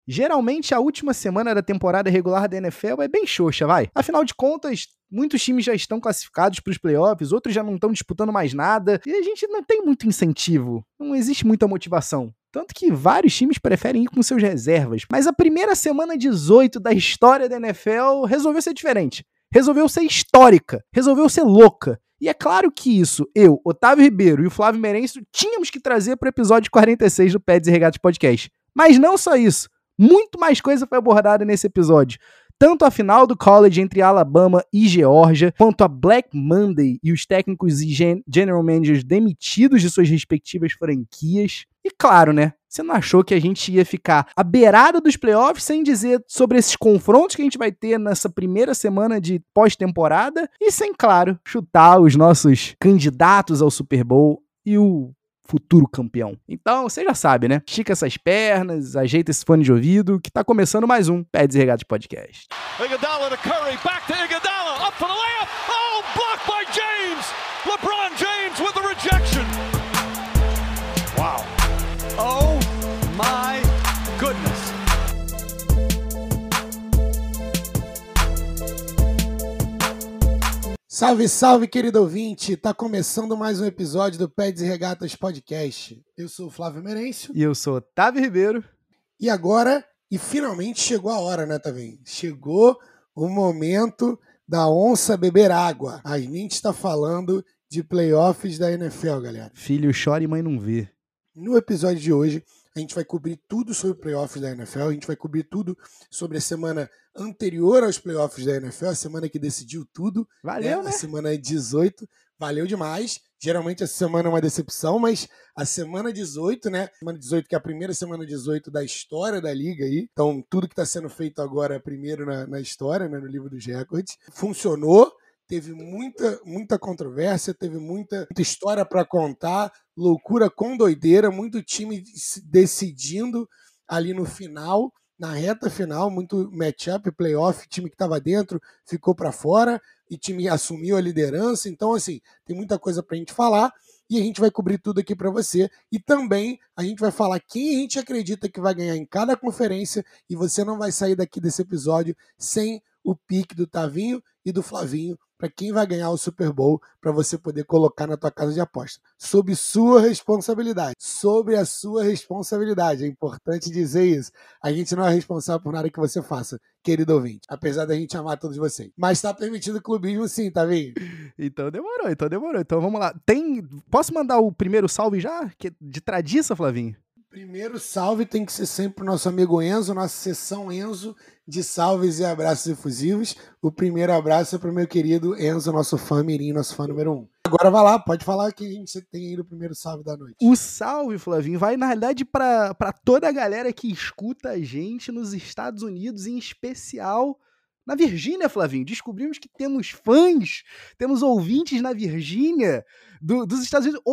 Geralmente, a última semana da temporada regular da NFL é bem xoxa, vai. Afinal de contas, muitos times já estão classificados para os playoffs, outros já não estão disputando mais nada, e a gente não tem muito incentivo, não existe muita motivação. Tanto que vários times preferem ir com seus reservas. Mas a primeira semana 18 da história da NFL resolveu ser diferente. Resolveu ser histórica. Resolveu ser louca. E é claro que isso, eu, Otávio Ribeiro e o Flávio Merencio tínhamos que trazer para o episódio 46 do Pads e Regatas Podcast. Mas não só isso. Muito mais coisa foi abordada nesse episódio. Tanto a final do college entre Alabama e Geórgia, quanto a Black Monday e os técnicos e general managers demitidos de suas respectivas franquias. E claro, né? Você não achou que a gente ia ficar à beirada dos playoffs sem dizer sobre esses confrontos que a gente vai ter nessa primeira semana de pós-temporada e sem, claro, chutar os nossos candidatos ao Super Bowl e o futuro campeão. Então, você já sabe, né? Estica essas pernas, ajeita esse fone de ouvido, que tá começando mais um Pads e Regatas Podcast. Iguodala to Curry, back to Iguodala, up for the layup, oh, blocked by James! LeBron James with the rejection! Wow. Oh my goodness. Salve, salve, querido ouvinte! Tá começando mais um episódio do Pads e Regatas Podcast. Eu sou o Flávio Merencio. E eu sou Otávio Ribeiro. E agora, finalmente chegou a hora, né, Tavinho? Chegou o momento da onça beber água. A gente está falando de playoffs da NFL, galera. Filho chora e mãe não vê. No episódio de hoje, a gente vai cobrir tudo sobre playoffs da NFL, a gente vai cobrir tudo sobre a semana anterior aos playoffs da NFL, a semana que decidiu tudo. Valeu, né? A semana 18, valeu demais. Geralmente essa semana é uma decepção, mas a semana 18, né? Semana 18, que é a primeira semana 18 da história da liga aí. Então, tudo que está sendo feito agora é primeiro na história, né? No livro dos recordes. Funcionou. Teve muita controvérsia, teve muita história para contar, loucura com doideira, muito time decidindo ali no final, na reta final, muito matchup, playoff, time que estava dentro ficou para fora e time assumiu a liderança. Então, assim, tem muita coisa para a gente falar e a gente vai cobrir tudo aqui para você. E também a gente vai falar quem a gente acredita que vai ganhar em cada conferência e você não vai sair daqui desse episódio sem o pique do Tavinho e do Flavinho para quem vai ganhar o Super Bowl, para você poder colocar na tua casa de aposta. Sob sua responsabilidade. Sobre a sua responsabilidade. É importante dizer isso. A gente não é responsável por nada que você faça, querido ouvinte. Apesar da gente amar todos vocês. Mas está permitido clubismo sim, tá vendo? Então demorou. Então vamos lá. Posso mandar o primeiro salve já? De tradiça, Flavinho? Primeiro salve tem que ser sempre o nosso amigo Enzo, nossa sessão Enzo de salves e abraços efusivos. O primeiro abraço é para o meu querido Enzo, nosso fã mirim, nosso fã número 1. Agora vai lá, pode falar que a gente tem aí o primeiro salve da noite. O salve, Flavinho, vai na realidade para toda a galera que escuta a gente nos Estados Unidos, em especial na Virgínia, Flavinho. Descobrimos que temos fãs, temos ouvintes na Virgínia, dos Estados Unidos.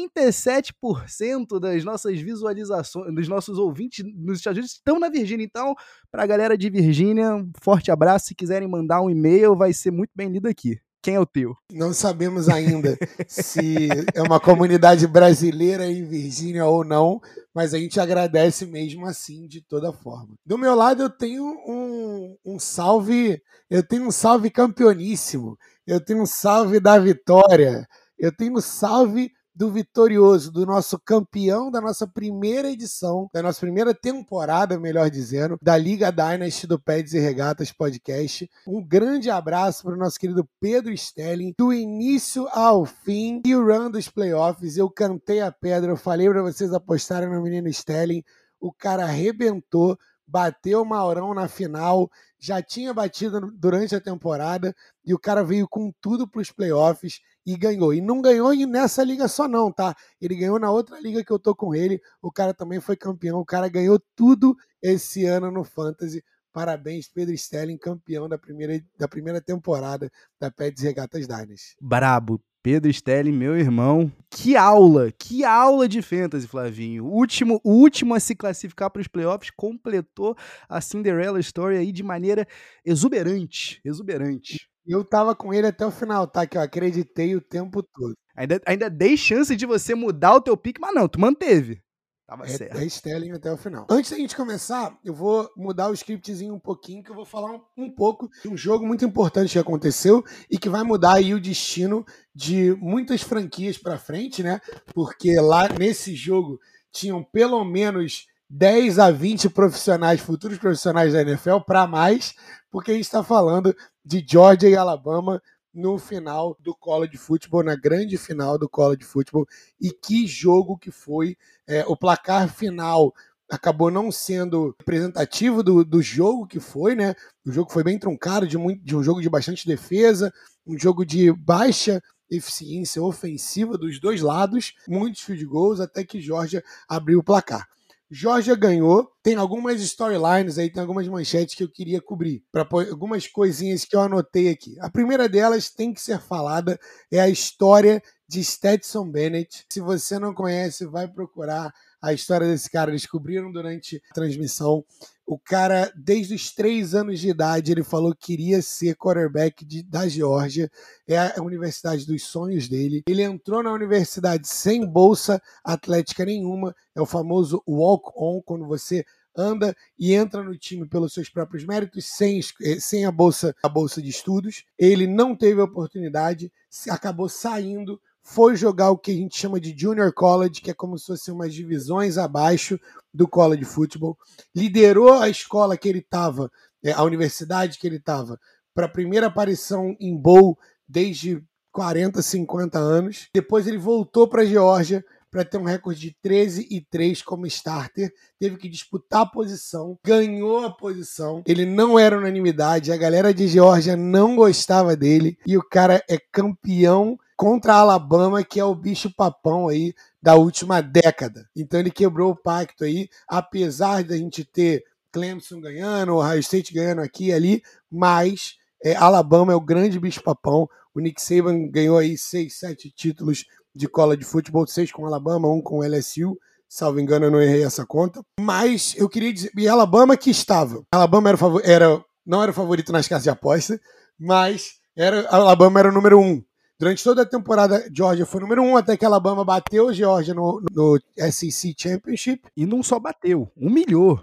87% das nossas visualizações, dos nossos ouvintes nos Estados Unidos estão na Virgínia. Então, para a galera de Virgínia, um forte abraço. Se quiserem mandar um e-mail, vai ser muito bem lido aqui. Quem é o teu? Não sabemos ainda se é uma comunidade brasileira em Virgínia ou não, mas a gente agradece mesmo assim, de toda forma. Do meu lado eu tenho um salve, campeoníssimo, eu tenho um salve da vitória, eu tenho um salve do vitorioso, do nosso campeão da nossa primeira edição, da nossa primeira temporada, melhor dizendo, da Liga Dynasty do Pads e Regatas Podcast. Um grande abraço para o nosso querido Pedro Stelling, do início ao fim, e o run dos playoffs. Eu cantei a pedra, eu falei para vocês apostarem no menino Stelling, o cara arrebentou, bateu o Maurão na final, já tinha batido durante a temporada, e o cara veio com tudo para os playoffs e ganhou. E não ganhou nessa liga só não, tá? Ele ganhou na outra liga que eu tô com ele, o cara também foi campeão, o cara ganhou tudo esse ano no Fantasy. Parabéns, Pedro Stelling, campeão da primeira temporada da Pads Regatas Dynasty. Brabo. Pedro Stelling, meu irmão. Que aula de fantasy, Flavinho. O último a se classificar para os playoffs completou a Cinderella Story aí de maneira exuberante. Eu tava com ele até o final, tá? Que eu acreditei o tempo todo. Ainda dei chance de você mudar o teu pique, mas não, tu manteve. Tava certo. É Sterling até o final. Antes da gente começar, eu vou mudar o scriptzinho um pouquinho, que eu vou falar um pouco de um jogo muito importante que aconteceu e que vai mudar aí o destino de muitas franquias pra frente, né? Porque lá nesse jogo tinham pelo menos 10 a 20 profissionais, futuros profissionais da NFL, para mais, porque a gente está falando de Georgia e Alabama no final do college football, na grande final do college football. E que jogo que foi! O placar final acabou não sendo representativo do jogo que foi, né? O jogo foi bem truncado, de um jogo de bastante defesa, um jogo de baixa eficiência ofensiva dos dois lados, muitos field goals, até que Georgia abriu o placar. Georgia ganhou, tem algumas storylines aí, tem algumas manchetes que eu queria cobrir, para algumas coisinhas que eu anotei aqui. A primeira delas tem que ser falada, é a história de Stetson Bennett. Se você não conhece, vai procurar a história desse cara. Eles descobriram durante a transmissão. O cara, desde os 3 anos de idade, ele falou que queria ser quarterback da Geórgia. É a universidade dos sonhos dele. Ele entrou na universidade sem bolsa atlética nenhuma. É o famoso walk-on, quando você anda e entra no time pelos seus próprios méritos, sem a bolsa de estudos. Ele não teve a oportunidade, acabou saindo, foi jogar o que a gente chama de Junior College, que é como se fossem umas divisões abaixo do college football. Liderou a escola que ele estava, a universidade que ele estava, para a primeira aparição em bowl desde 40, 50 anos. Depois ele voltou para a Geórgia para ter um recorde de 13-3 como starter, teve que disputar a posição, ganhou a posição, ele não era unanimidade, a galera de Geórgia não gostava dele, e o cara é campeão contra a Alabama, que é o bicho-papão aí da última década. Então ele quebrou o pacto aí, apesar da gente ter Clemson ganhando, Ohio State ganhando aqui e ali, mas Alabama é o grande bicho-papão. O Nick Saban ganhou aí 6, 7 títulos de college football, 6 com Alabama, 1 com LSU, salvo engano eu não errei essa conta, mas eu queria dizer, e Alabama que estava, Alabama não era o favorito nas casas de aposta, mas Alabama era o número 1, durante toda a temporada Georgia foi o número 1, até que Alabama bateu a Georgia no SEC Championship. E não só bateu, humilhou.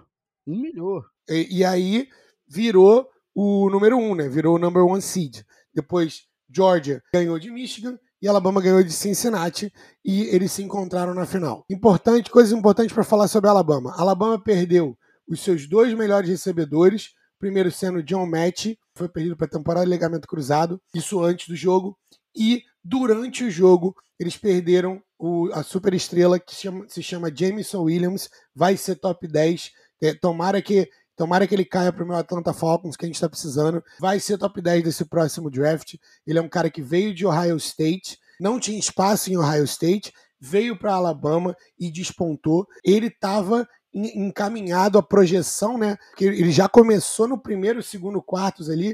E aí virou o número 1, né, virou o number 1 seed, depois Georgia ganhou de Michigan, e Alabama ganhou de Cincinnati e eles se encontraram na final. Coisas importantes para falar sobre Alabama. Alabama perdeu os seus 2 melhores recebedores, o primeiro sendo John Metchie, foi perdido para a temporada de ligamento cruzado, isso antes do jogo, e durante o jogo eles perderam a superestrela que se chama Jameson Williams, vai ser top 10, tomara que ele caia para o meu Atlanta Falcons, que a gente está precisando. Vai ser top 10 desse próximo draft. Ele é um cara que veio de Ohio State, não tinha espaço em Ohio State, veio para Alabama e despontou. Ele estava encaminhado à projeção, né? Porque ele já começou no primeiro e segundo quartos ali,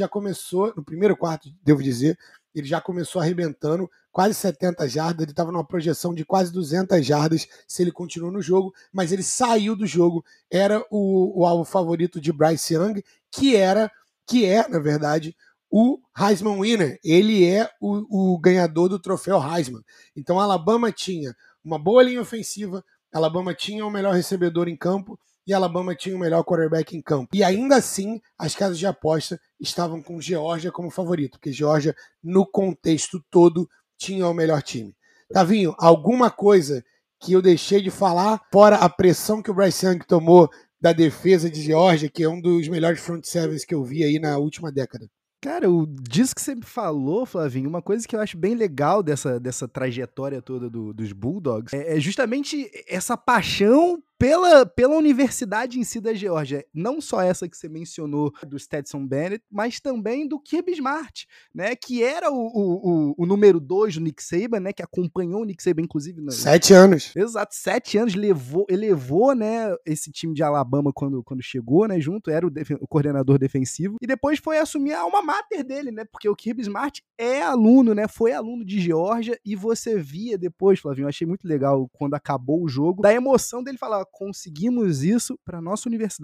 no primeiro quarto, devo dizer, ele já começou arrebentando, quase 70 jardas, ele estava numa projeção de quase 200 jardas se ele continuou no jogo, mas ele saiu do jogo, era o alvo favorito de Bryce Young, que é, na verdade, o Heisman Winner, ele é o ganhador do troféu Heisman. Então a Alabama tinha uma boa linha ofensiva, a Alabama tinha o melhor recebedor em campo, e a Alabama tinha o melhor quarterback em campo. E ainda assim, as casas de aposta estavam com Geórgia como favorito, porque Geórgia, no contexto todo, tinha o melhor time. Tavinho, alguma coisa que eu deixei de falar, fora a pressão que o Bryce Young tomou da defesa de Geórgia, que é um dos melhores front sevens que eu vi aí na última década? Cara, disso que você me falou, Flavinho, uma coisa que eu acho bem legal dessa trajetória toda dos Bulldogs é justamente essa paixão pela universidade em si da Geórgia. Não só essa que você mencionou do Stetson Bennett, mas também do Kirby Smart, né? Que era o número 2 do Nick Saban, né? Que acompanhou o Nick Saban, inclusive. 7 anos. Exato, 7 anos, elevou, né, esse time de Alabama quando chegou, né, junto, era o coordenador defensivo, e depois foi assumir a alma mater dele, né, porque o Kirby Smart é aluno, né, foi aluno de Geórgia, e você via depois, Flavinho, eu achei muito legal quando acabou o jogo, da emoção dele falar, conseguimos isso para nossa universidade.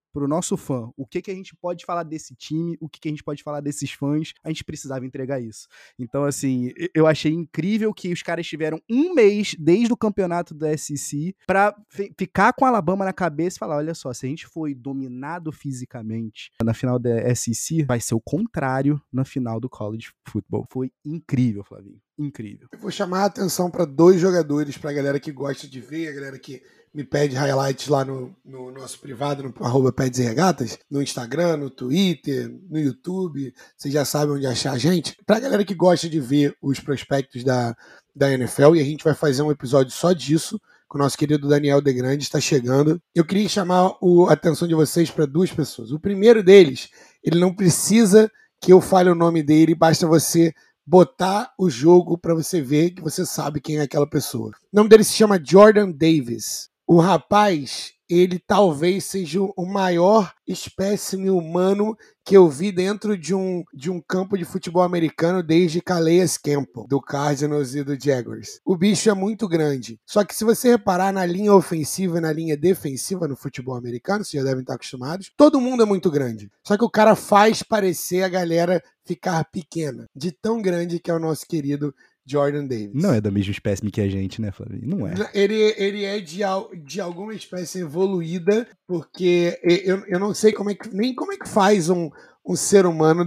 pro nosso fã o que a gente pode falar desse time, o que a gente pode falar desses fãs, a gente precisava entregar isso. Então, assim, eu achei incrível que os caras tiveram um mês desde o campeonato da SEC pra ficar com a Alabama na cabeça e falar, olha só, se a gente foi dominado fisicamente na final da SEC, vai ser o contrário na final do college football. Foi incrível, Flavinho. Incrível. Eu vou chamar a atenção para 2 jogadores, pra galera que gosta de ver, a galera que me pede highlights lá no nosso privado, no @Peds e Regatas, no Instagram, no Twitter, no YouTube, vocês já sabem onde achar a gente. Pra galera que gosta de ver os prospectos da NFL, e a gente vai fazer um episódio só disso, com o nosso querido Daniel De Grande, está chegando. Eu queria chamar a atenção de vocês para 2 pessoas. O primeiro deles, ele não precisa que eu fale o nome dele, basta você botar o jogo para você ver que você sabe quem é aquela pessoa. O nome dele se chama Jordan Davis. O rapaz, ele talvez seja o maior espécime humano que eu vi dentro de um campo de futebol americano desde Calais Campbell, do Cardinals e do Jaguars. O bicho é muito grande. Só que se você reparar na linha ofensiva e na linha defensiva no futebol americano, vocês já devem estar acostumados, todo mundo é muito grande. Só que o cara faz parecer a galera ficar pequena, de tão grande que é o nosso querido Jordan Davis. Não é da mesma espécie que a gente, né, Flavinho? Não é. Ele é de alguma espécie evoluída, porque eu não sei nem como é que faz um ser humano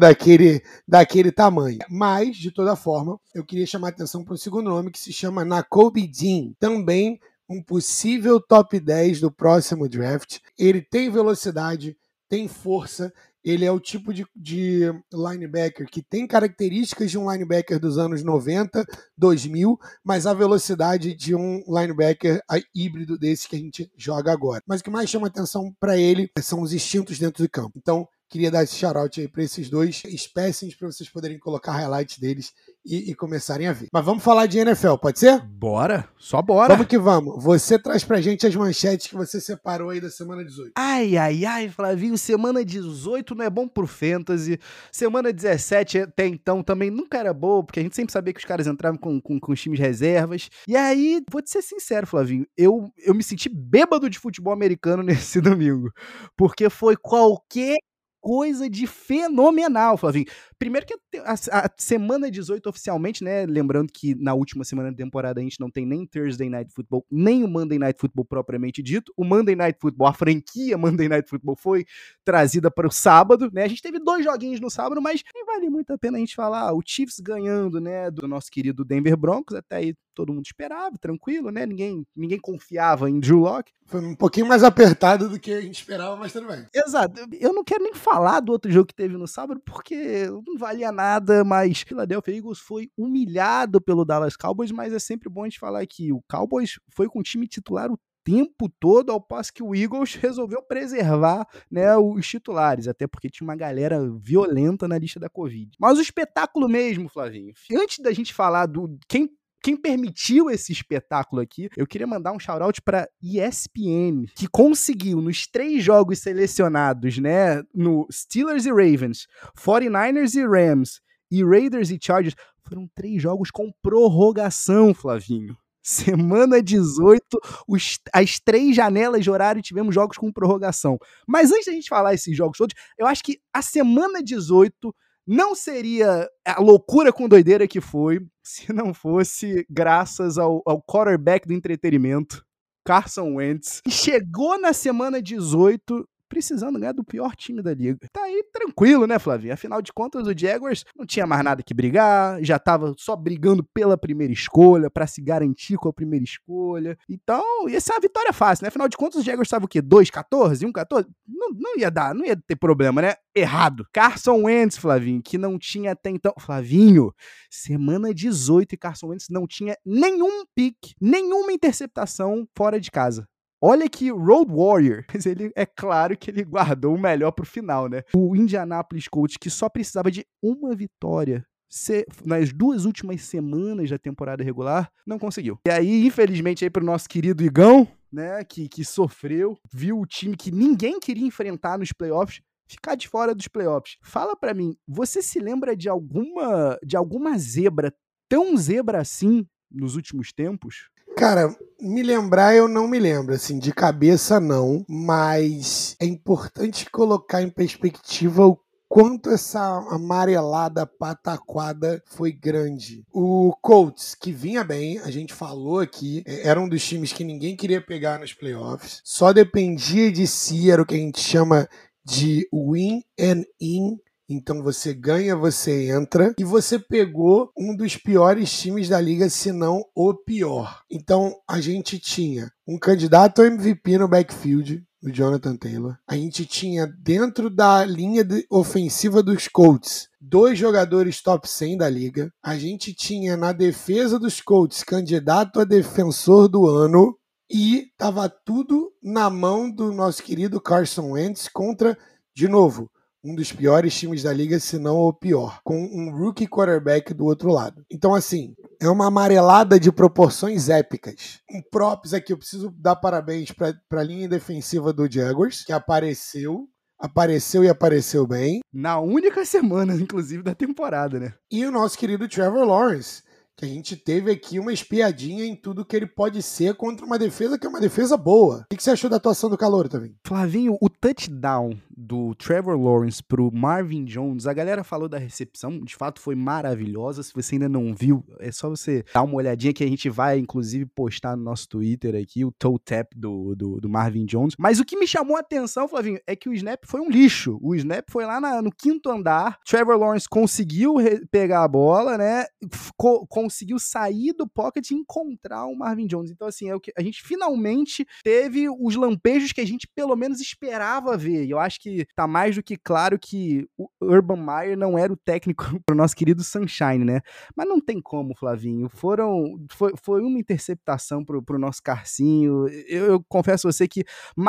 daquele tamanho. Mas, de toda forma, eu queria chamar a atenção para o segundo nome, que se chama Nakobe Dean. Também um possível top 10 do próximo draft. Ele tem velocidade, tem força. Ele é o tipo de linebacker que tem características de um linebacker dos anos 90, 2000, mas a velocidade de um linebacker híbrido desse que a gente joga agora. Mas o que mais chama atenção para ele são os instintos dentro do campo. Então, queria dar esse shout-out aí para esses 2 espécimes para vocês poderem colocar highlights deles e começarem a ver. Mas vamos falar de NFL, pode ser? Bora, só bora. Vamos que vamos. Você traz pra gente as manchetes que você separou aí da semana 18. Ai, Flavinho, semana 18 não é bom pro Fantasy. Semana 17 até então também nunca era boa, porque a gente sempre sabia que os caras entravam com os times reservas. E aí, vou te ser sincero, Flavinho, eu me senti bêbado de futebol americano nesse domingo, porque foi qualquer coisa de fenomenal, Flavinho. Primeiro que a semana 18 oficialmente, né, lembrando que na última semana da temporada a gente não tem nem Thursday Night Football, nem o Monday Night Football propriamente dito. O Monday Night Football, a franquia Monday Night Football foi trazida para o sábado, né, a gente teve 2 joguinhos no sábado, mas nem vale muito a pena a gente falar, o Chiefs ganhando, né, do nosso querido Denver Broncos, até aí todo mundo esperava, tranquilo, né, ninguém confiava em Drew Lock. Foi um pouquinho mais apertado do que a gente esperava, mas tudo bem. Exato, eu não quero nem falar do outro jogo que teve no sábado, porque não valia nada, mas Philadelphia Eagles foi humilhado pelo Dallas Cowboys, mas é sempre bom a gente falar que o Cowboys foi com o time titular o tempo todo, ao passo que o Eagles resolveu preservar, né, os titulares, até porque tinha uma galera violenta na lista da Covid. Mas o espetáculo mesmo, Flavinho, antes da gente falar do quem permitiu esse espetáculo aqui, eu queria mandar um shout-out para ESPN, que conseguiu nos 3 jogos selecionados, né, no Steelers e Ravens, 49ers e Rams, e Raiders e Chargers, foram 3 jogos com prorrogação, Flavinho. Semana 18, as 3 janelas de horário tivemos jogos com prorrogação. Mas antes da gente falar esses jogos todos, eu acho que a semana 18 não seria a loucura com doideira que foi se não fosse graças ao quarterback do entretenimento, Carson Wentz, que chegou na semana 18 precisando ganhar do pior time da liga. Tá aí tranquilo, né, Flavinho? Afinal de contas, o Jaguars não tinha mais nada que brigar, já tava só brigando pela primeira escolha, pra se garantir com a primeira escolha. Então, essa é uma vitória fácil, né? Afinal de contas, os Jaguars estavam o quê? 2-14? 1-14? Não ia dar, não ia ter problema, né? Errado. Carson Wentz, Flavinho, que não tinha até então... Flavinho, semana 18 e Carson Wentz não tinha nenhum pick, nenhuma interceptação fora de casa. Olha que Road Warrior, mas ele é claro que ele guardou o melhor pro final, né? O Indianapolis Colts, que só precisava de uma vitória nas 2 últimas semanas da temporada regular, não conseguiu. E aí, infelizmente, aí pro nosso querido Igão, né, que sofreu, viu o time que ninguém queria enfrentar nos playoffs, ficar de fora dos playoffs. Fala pra mim, você se lembra de alguma zebra tão zebra assim nos últimos tempos? Cara, me lembrar eu não me lembro, assim, de cabeça não, mas é importante colocar em perspectiva o quanto essa amarelada pataquada foi grande. O Colts, que vinha bem, a gente falou aqui, era um dos times que ninguém queria pegar nos playoffs, só dependia de si, era o que a gente chama de win and in. Então você ganha, você entra, e você pegou um dos piores times da liga, se não o pior. Então a gente tinha um candidato ao MVP no backfield, o Jonathan Taylor. A gente tinha dentro da linha ofensiva dos Colts 2 jogadores top 100 da liga. A gente tinha na defesa dos Colts candidato a defensor do ano. E tava tudo na mão do nosso querido Carson Wentz contra, de novo, um dos piores times da liga, se não o pior, com um rookie quarterback do outro lado. Então, assim, é uma amarelada de proporções épicas. Um props aqui, eu preciso dar parabéns para a linha defensiva do Jaguars, que apareceu e apareceu bem. Na única semana, inclusive, da temporada, né? E o nosso querido Trevor Lawrence, que a gente teve aqui uma espiadinha em tudo que ele pode ser contra uma defesa que é uma defesa boa. O que você achou da atuação do Calouro também? Flavinho, o touchdown do Trevor Lawrence pro Marvin Jones, a galera falou da recepção, de fato foi maravilhosa. Se você ainda não viu, é só você dar uma olhadinha que a gente vai, inclusive, postar no nosso Twitter aqui, o toe tap do Marvin Jones. Mas o que me chamou a atenção, Flavinho, é que o snap foi um lixo. O snap foi lá no 5º andar, Trevor Lawrence conseguiu pegar a bola, né, conseguiu sair do pocket e encontrar o Marvin Jones. Então, assim, é o que a gente finalmente teve os lampejos que a gente pelo menos esperava ver. E eu acho que tá mais do que claro que o Urban Meyer não era o técnico pro nosso querido Sunshine, né? Mas não tem como, Flavinho. Foi uma interceptação pro nosso Carcinho. Eu confesso a você que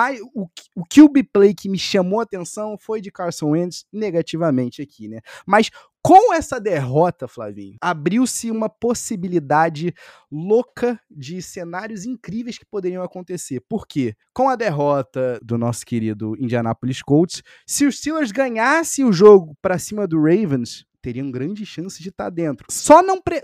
o QB play que me chamou a atenção foi de Carson Wentz negativamente aqui, né? Mas com essa derrota, Flavinho, abriu-se uma possibilidade louca de cenários incríveis que poderiam acontecer. Por quê? Com a derrota do nosso querido Indianapolis Colts, se os Steelers ganhassem o jogo para cima do Ravens, teriam grande chance de estar dentro. Só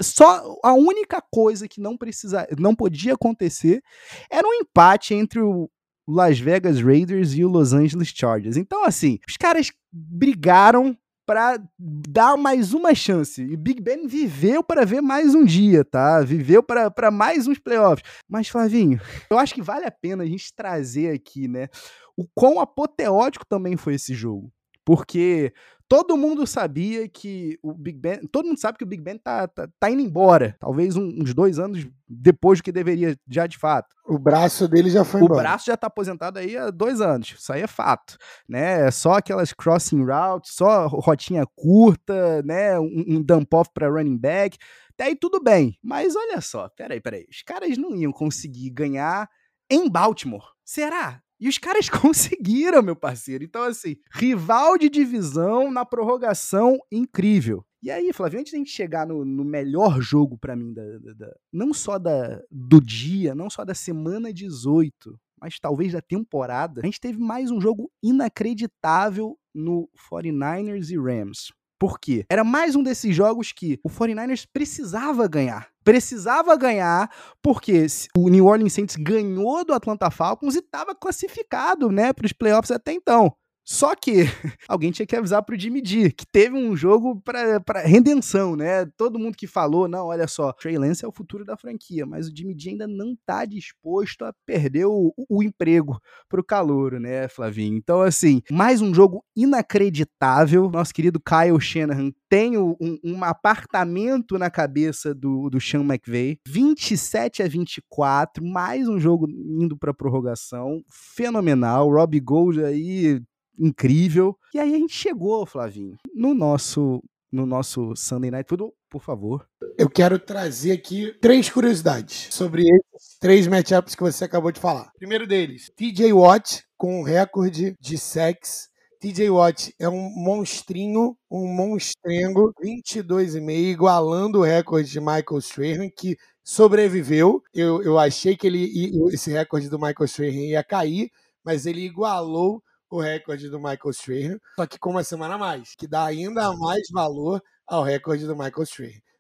a única coisa que não podia acontecer era um empate entre o Las Vegas Raiders e o Los Angeles Chargers. Então, assim, os caras brigaram para dar mais uma chance. E o Big Ben viveu para ver mais um dia, tá? Viveu para mais uns playoffs. Mas, Flavinho, eu acho que vale a pena a gente trazer aqui, né, o quão apoteótico também foi esse jogo. Porque todo mundo sabia que o Big Ben... Todo mundo sabe que o Big Ben tá indo embora. Talvez uns 2 anos depois do que deveria, já de fato. O braço dele já foi embora. O braço já tá aposentado aí há 2 anos. Isso aí é fato, né? Só aquelas crossing routes, só rotinha curta, né? Um dump-off pra running back. Até aí tudo bem. Mas olha só, peraí. Os caras não iam conseguir ganhar em Baltimore. Será? E os caras conseguiram, meu parceiro. Então, assim, rival de divisão na prorrogação, incrível. E aí, Flavio, antes de a gente chegar no melhor jogo pra mim, não só do dia, não só da semana 18, mas talvez da temporada, a gente teve mais um jogo inacreditável no 49ers e Rams. Por quê? Era mais um desses jogos que o 49ers precisava ganhar. Precisava ganhar porque o New Orleans Saints ganhou do Atlanta Falcons e estava classificado, né, para os playoffs até então. Só que alguém tinha que avisar pro Jimmy G, que teve um jogo pra redenção, né? Todo mundo que falou, não, olha só, Trey Lance é o futuro da franquia, mas o Jimmy G ainda não tá disposto a perder o emprego pro calouro, né, Flavinho? Então, assim, mais um jogo inacreditável. Nosso querido Kyle Shanahan tem um apartamento na cabeça do Sean McVay. 27-24, mais um jogo indo pra prorrogação. Fenomenal. Robbie Gould aí... incrível. E aí a gente chegou, Flavinho, no nosso Sunday Night Football, por favor. Eu quero trazer aqui 3 curiosidades sobre esses 3 matchups que você acabou de falar. Primeiro deles, TJ Watt com um recorde de sacks. TJ Watt é um monstrinho, um monstrengo, 22,5, igualando o recorde de Michael Strahan, que sobreviveu. Eu achei que esse recorde do Michael Strahan ia cair, mas ele igualou o recorde do Michael Strahan, só que com uma semana a mais, que dá ainda mais valor ao recorde do Michael Strahan.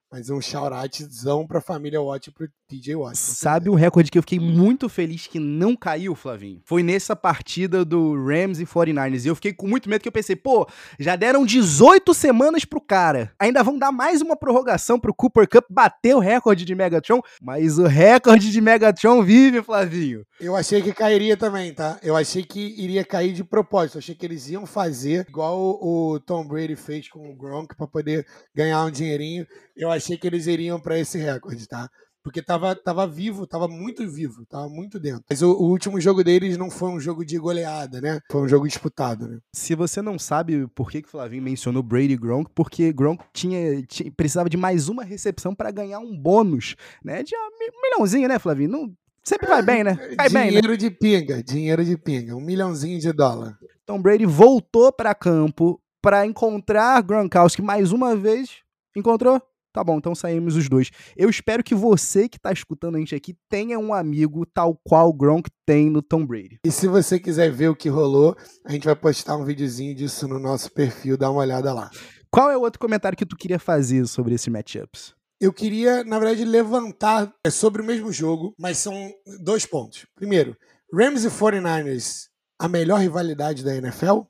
Mas um shout-outzão pra família Watt e pro TJ Watt. Sabe um recorde que eu fiquei muito feliz que não caiu, Flavinho? Foi nessa partida do Rams e 49ers. E eu fiquei com muito medo, que eu pensei, pô, já deram 18 semanas pro cara. Ainda vão dar mais uma prorrogação pro Cooper Kupp bater o recorde de Megatron. Mas o recorde de Megatron vive, Flavinho. Eu achei que cairia também, tá? Eu achei que iria cair de propósito. Eu achei que eles iam fazer igual o Tom Brady fez com o Gronk pra poder ganhar um dinheirinho. Eu achei que eles iriam pra esse recorde, tá? Porque tava vivo, tava muito dentro. Mas o último jogo deles não foi um jogo de goleada, né? Foi um jogo disputado, né? Se você não sabe por que o Flavinho mencionou Brady e Gronk, porque Gronk precisava de mais uma recepção pra ganhar um bônus, né? De um milhãozinho, né, Flavinho? Não, sempre vai bem, né? Vai bem, né? Dinheiro de pinga. $1 milhãozinho. Tom Brady voltou pra campo pra encontrar Gronkowski mais uma vez. Encontrou? Tá bom, então saímos os dois. Eu espero que você que tá escutando a gente aqui tenha um amigo tal qual o Gronk tem no Tom Brady. E se você quiser ver o que rolou, a gente vai postar um videozinho disso no nosso perfil, dá uma olhada lá. Qual é o outro comentário que tu queria fazer sobre esse matchups? Eu queria, na verdade, levantar sobre o mesmo jogo, mas são 2 pontos. Primeiro, Rams e 49ers, a melhor rivalidade da NFL?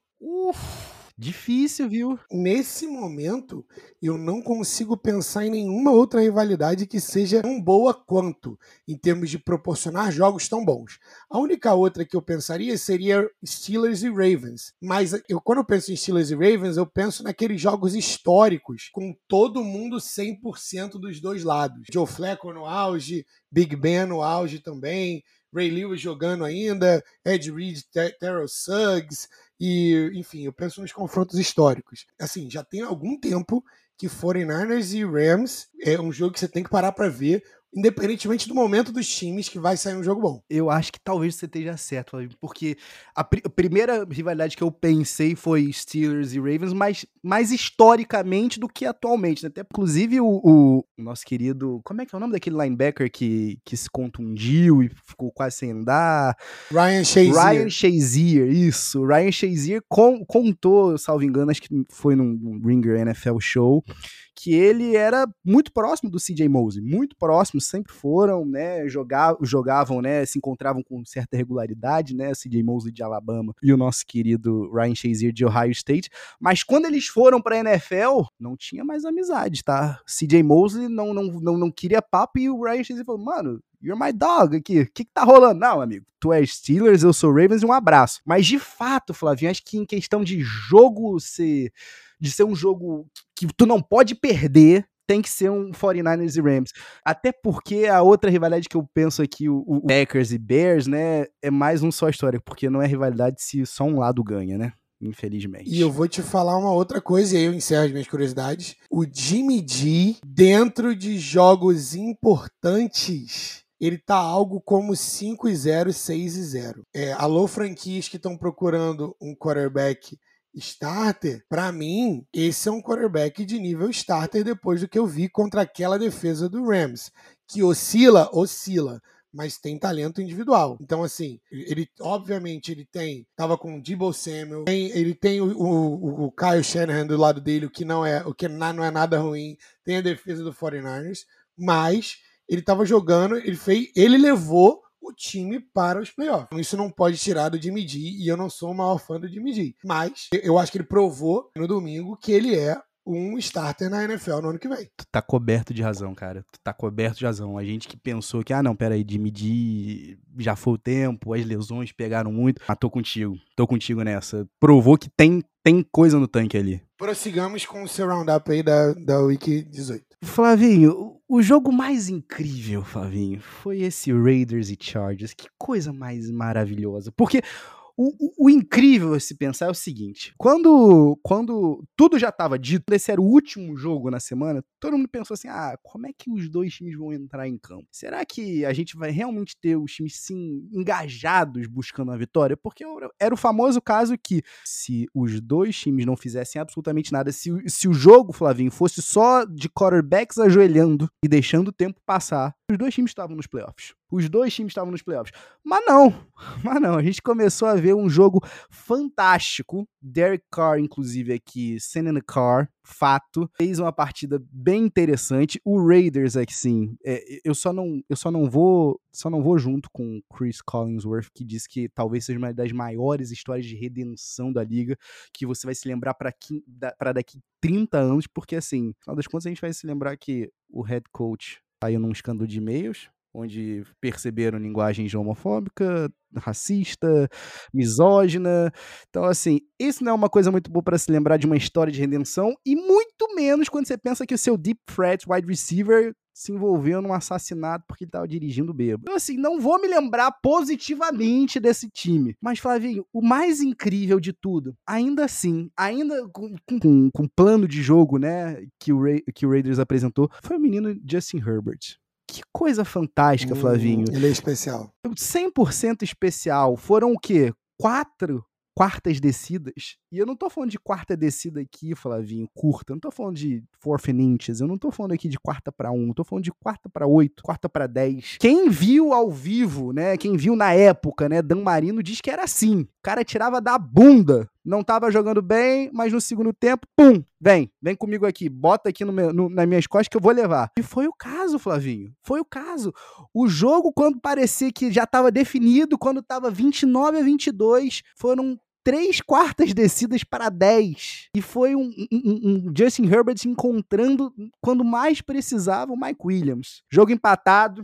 Difícil, viu? Nesse momento, eu não consigo pensar em nenhuma outra rivalidade que seja tão boa quanto, em termos de proporcionar jogos tão bons. A única outra que eu pensaria seria Steelers e Ravens. Mas quando eu penso em Steelers e Ravens, eu penso naqueles jogos históricos, com todo mundo 100% dos dois lados. Joe Flacco no auge, Big Ben no auge também, Ray Lewis jogando ainda, Ed Reed, Terrell Suggs, e, enfim, eu penso nos confrontos históricos. Assim, já tem algum tempo que 49ers e Rams é um jogo que você tem que parar pra ver, independentemente do momento dos times, que vai sair um jogo bom. Eu acho que talvez você esteja certo, porque a primeira rivalidade que eu pensei foi Steelers e Ravens, mas mais historicamente do que atualmente, né? Até, inclusive, o nosso querido... Como é que é o nome daquele linebacker que se contundiu e ficou quase sem andar? Ryan Shazier, isso. Ryan Shazier contou, salvo engano, acho que foi num Ringer NFL Show, que ele era muito próximo do CJ Mosley, muito próximo, sempre foram, né, jogavam, né, se encontravam com certa regularidade, né, CJ Mosley de Alabama e o nosso querido Ryan Shazier de Ohio State, mas quando eles foram pra NFL, não tinha mais amizade, tá? CJ Mosley não queria papo e o Ryan Shazier falou, mano, you're my dog aqui, o que tá rolando? Não, amigo, tu és Steelers, eu sou Ravens e um abraço. Mas de fato, Flavinho, acho que em questão de jogo de ser um jogo que tu não pode perder, tem que ser um 49ers e Rams. Até porque a outra rivalidade que eu penso aqui, o Packers e Bears, né, é mais um só história, porque não é rivalidade se só um lado ganha, né? Infelizmente. E eu vou te falar uma outra coisa, e aí eu encerro as minhas curiosidades. O Jimmy G, dentro de jogos importantes, ele tá algo como 5-0, 6-0. Alô, franquias que estão procurando um quarterback starter, pra mim, esse é um quarterback de nível starter depois do que eu vi contra aquela defesa do Rams, que oscila, mas tem talento individual. Então, assim, obviamente, tava com o Deebo Samuel, ele tem o Kyle Shanahan do lado dele, o que não é nada ruim, tem a defesa do 49ers, mas ele tava jogando, ele levou o time para os playoffs. Isso não pode tirar do Jimmy G, e eu não sou o maior fã do Jimmy G, mas eu acho que ele provou no domingo que ele é um starter na NFL no ano que vem. Tu tá coberto de razão, cara. Tu tá coberto de razão. A gente que pensou que, não, peraí, Jimmy G já foi o tempo, as lesões pegaram muito. Mas tô contigo nessa. Provou que tem coisa no tanque ali. Prossigamos com o seu roundup aí da Week 18. Flavinho, o jogo mais incrível, Flavinho, foi esse Raiders e Chargers. Que coisa mais maravilhosa. Porque o incrível a se pensar é o seguinte, quando tudo já estava dito, esse era o último jogo na semana, todo mundo pensou assim, como é que os dois times vão entrar em campo? Será que a gente vai realmente ter os times, sim, engajados buscando a vitória? Porque era o famoso caso que, se os dois times não fizessem absolutamente nada, se o jogo, Flavinho, fosse só de quarterbacks ajoelhando e deixando o tempo passar, os dois times estavam nos playoffs. Os dois times estavam nos playoffs. Mas não, a gente começou a ver um jogo fantástico. Derek Carr, inclusive, aqui, sending the car, fato, fez uma partida bem interessante. O Raiders, aqui sim, eu só não vou junto com o Chris Collinsworth, que diz que talvez seja uma das maiores histórias de redenção da liga, que você vai se lembrar para daqui 30 anos, porque assim, no final das contas a gente vai se lembrar que o head coach saiu num escândalo de e-mails, onde perceberam linguagem homofóbica, racista, misógina. Então, assim, isso não é uma coisa muito boa para se lembrar de uma história de redenção, e muito menos quando você pensa que o seu deep threat wide receiver se envolveu num assassinato porque ele estava dirigindo bêbado. Então, assim, não vou me lembrar positivamente desse time. Mas, Flavinho, o mais incrível de tudo, ainda assim, ainda com o plano de jogo, né, que o Raiders apresentou, foi o menino Justin Herbert. Que coisa fantástica, Flavinho. Ele é especial. 100% especial. Foram o quê? 4 quartas descidas. E eu não tô falando de quarta descida aqui, Flavinho, curta. Eu não tô falando de 4th and inches. Eu não tô falando aqui de quarta pra 1. Eu tô falando de quarta pra 8, quarta pra 10. Quem viu ao vivo, né? Quem viu na época, né? Dan Marino diz que era assim. O cara tirava da bunda. Não tava jogando bem, mas no segundo tempo, pum, vem comigo aqui, bota aqui nas minhas costas que eu vou levar. E foi o caso, Flavinho, foi o caso. O jogo, quando parecia que já tava definido, quando tava 29-22, foram 3 quartas descidas para 10. E foi um Justin Herbert encontrando, quando mais precisava, o Mike Williams. Jogo empatado,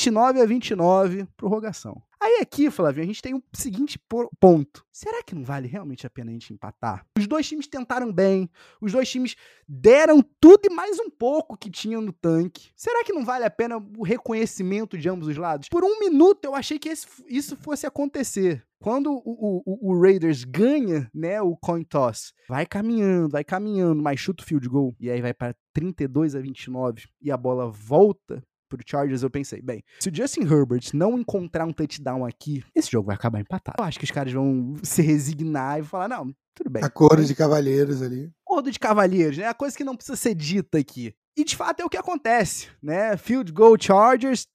29-29, prorrogação. Aí aqui, Flavinho, a gente tem o seguinte ponto. Será que não vale realmente a pena a gente empatar? Os dois times tentaram bem, os dois times deram tudo e mais um pouco que tinham no tanque. Será que não vale a pena o reconhecimento de ambos os lados? Por um minuto eu achei que isso fosse acontecer. Quando o Raiders ganha, né, o coin toss, vai caminhando, mas chuta o field goal, e aí vai para 32-29, e a bola volta pro Chargers, eu pensei, bem, se o Justin Herbert não encontrar um touchdown aqui, esse jogo vai acabar empatado. Eu acho que os caras vão se resignar e falar, não, tudo bem. Acordo de cavalheiros ali. Acordo de cavalheiros, né? A coisa que não precisa ser dita aqui. E de fato é o que acontece, né? Field goal Chargers,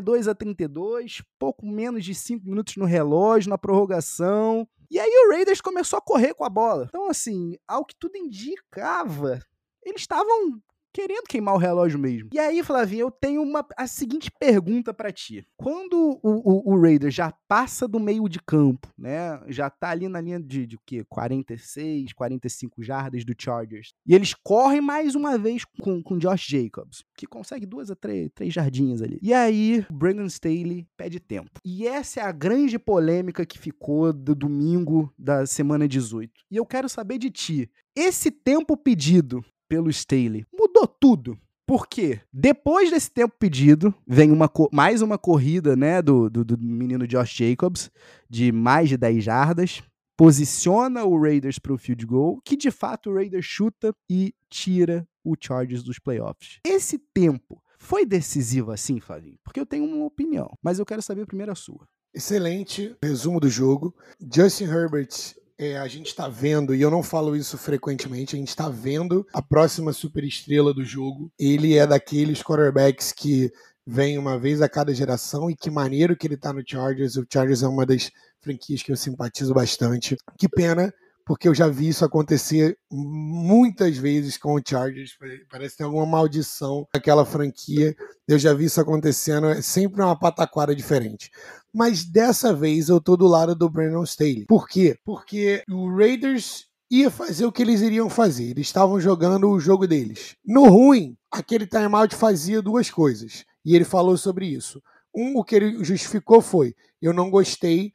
32-32, pouco menos de 5 minutos no relógio, na prorrogação. E aí o Raiders começou a correr com a bola. Então, assim, ao que tudo indicava, eles estavam querendo queimar o relógio mesmo. E aí, Flavinho, eu tenho a seguinte pergunta pra ti. Quando o Raiders já passa do meio de campo, né? Já tá ali na linha de o quê? 46, 45 jardas do Chargers. E eles correm mais uma vez com Josh Jacobs, que consegue 2 a 3 jardinhas ali. E aí, o Brandon Staley pede tempo. E essa é a grande polêmica que ficou do domingo da semana 18. E eu quero saber de ti. Esse tempo pedido pelo Staley mudou tudo. Por quê? Depois desse tempo pedido, vem mais uma corrida, né, do menino Josh Jacobs, de mais de 10 jardas, posiciona o Raiders para o field goal, que de fato o Raiders chuta e tira o Chargers dos playoffs. Esse tempo foi decisivo assim, Flavinho? Porque eu tenho uma opinião, mas eu quero saber primeiro a sua. Excelente resumo do jogo. Justin Herbert, a gente está vendo, e eu não falo isso frequentemente, a gente está vendo a próxima superestrela do jogo. Ele é daqueles quarterbacks que vem uma vez a cada geração, e que maneiro que ele está no Chargers. O Chargers é uma das franquias que eu simpatizo bastante. Que pena, porque eu já vi isso acontecer muitas vezes com o Chargers. Parece que tem alguma maldição naquela franquia. Eu já vi isso acontecendo, é sempre uma pataquada diferente. Mas dessa vez eu tô do lado do Brandon Staley. Por quê? Porque o Raiders ia fazer o que eles iriam fazer. Eles estavam jogando o jogo deles. No ruim, aquele timeout fazia 2 coisas. E ele falou sobre isso. O que ele justificou foi: eu não gostei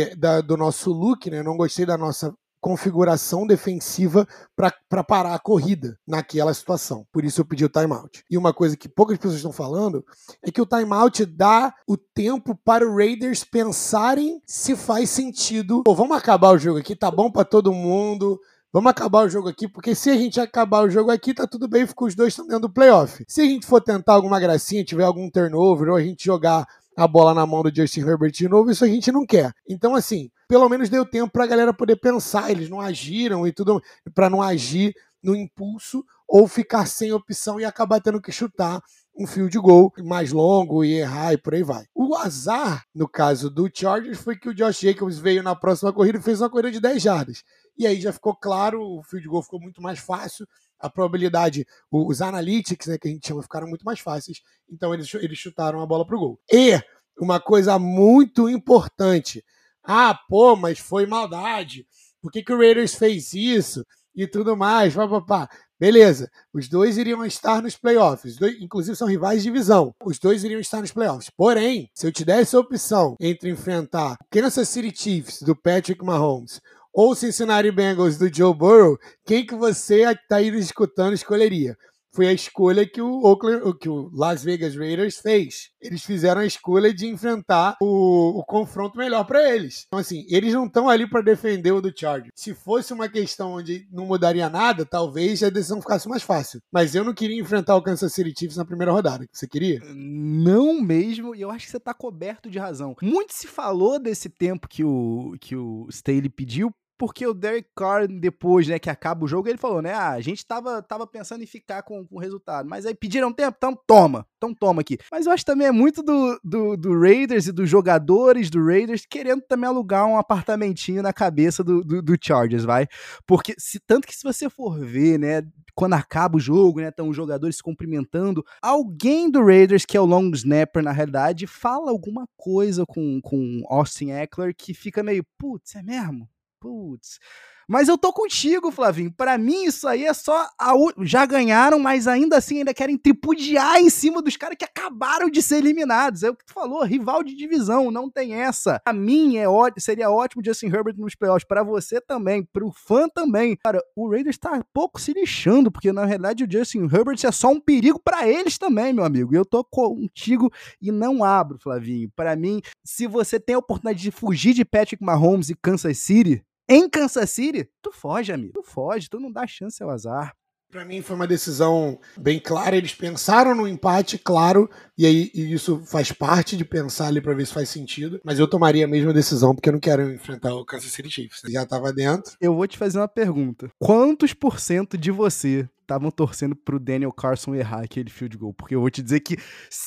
do nosso look, né? Eu não gostei da nossa configuração defensiva para parar a corrida naquela situação. Por isso eu pedi o timeout. E uma coisa que poucas pessoas estão falando é que o timeout dá o tempo para o Raiders pensarem se faz sentido. Pô, vamos acabar o jogo aqui, tá bom para todo mundo. Vamos acabar o jogo aqui, porque se a gente acabar o jogo aqui, tá tudo bem, porque os dois estão dentro do playoff. Se a gente for tentar alguma gracinha, tiver algum turnover, ou a gente jogar a bola na mão do Justin Herbert de novo, isso a gente não quer. Então, assim, pelo menos deu tempo pra galera poder pensar. Eles não agiram e tudo, pra não agir no impulso ou ficar sem opção e acabar tendo que chutar um field goal mais longo e errar e por aí vai. O azar, no caso do Chargers, foi que o Josh Jacobs veio na próxima corrida e fez uma corrida de 10 jardas. E aí já ficou claro, o field goal ficou muito mais fácil, a probabilidade, os analytics, né, que a gente chama, ficaram muito mais fáceis, então eles chutaram a bola pro gol. E uma coisa muito importante, mas foi maldade, por que o Raiders fez isso e tudo mais, papapá. Beleza, os dois iriam estar nos playoffs, inclusive são rivais de divisão, os dois iriam estar nos playoffs. Porém, se eu te desse a opção entre enfrentar o Kansas City Chiefs, do Patrick Mahomes, ou Cincinnati Bengals, do Joe Burrow, quem que você está aí escutando escolheria? Foi a escolha que o Las Vegas Raiders fez. Eles fizeram a escolha de enfrentar o confronto melhor para eles. Então, assim, eles não estão ali para defender o do Chargers. Se fosse uma questão onde não mudaria nada, talvez a decisão ficasse mais fácil. Mas eu não queria enfrentar o Kansas City Chiefs na primeira rodada. Você queria? Não mesmo, e eu acho que você tá coberto de razão. Muito se falou desse tempo que o Staley pediu, porque o Derek Carr, depois, né, que acaba o jogo, ele falou, né, a gente tava pensando em ficar com o resultado, mas aí pediram tempo, então toma aqui. Mas eu acho também é muito do Raiders e dos jogadores do Raiders querendo também alugar um apartamentinho na cabeça do Chargers, vai? Porque, tanto que se você for ver, né, quando acaba o jogo, né, estão os jogadores se cumprimentando, alguém do Raiders, que é o long snapper, na realidade, fala alguma coisa com Austin Ekeler que fica meio, putz, é mesmo? Putz. Mas eu tô contigo, Flavinho. Pra mim, isso aí é só... Já ganharam, mas ainda assim ainda querem tripudiar em cima dos caras que acabaram de ser eliminados. É o que tu falou, rival de divisão, não tem essa. Pra mim, seria ótimo Justin Herbert nos playoffs. Pra você também, pro fã também. Cara, o Raiders tá pouco se lixando, porque na realidade o Justin Herbert é só um perigo pra eles também, meu amigo. E eu tô contigo e não abro, Flavinho. Pra mim, se você tem a oportunidade de fugir de Patrick Mahomes e Kansas City... Em Kansas City, tu foge, amigo. Tu foge, tu não dá chance ao azar. Pra mim foi uma decisão bem clara, eles pensaram no empate, claro, e isso faz parte de pensar ali pra ver se faz sentido, mas eu tomaria a mesma decisão porque eu não quero enfrentar o Kansas City Chiefs. Já tava dentro. Eu vou te fazer uma pergunta. Quantos % de você estavam torcendo pro Daniel Carlson errar aquele field goal? Porque eu vou te dizer que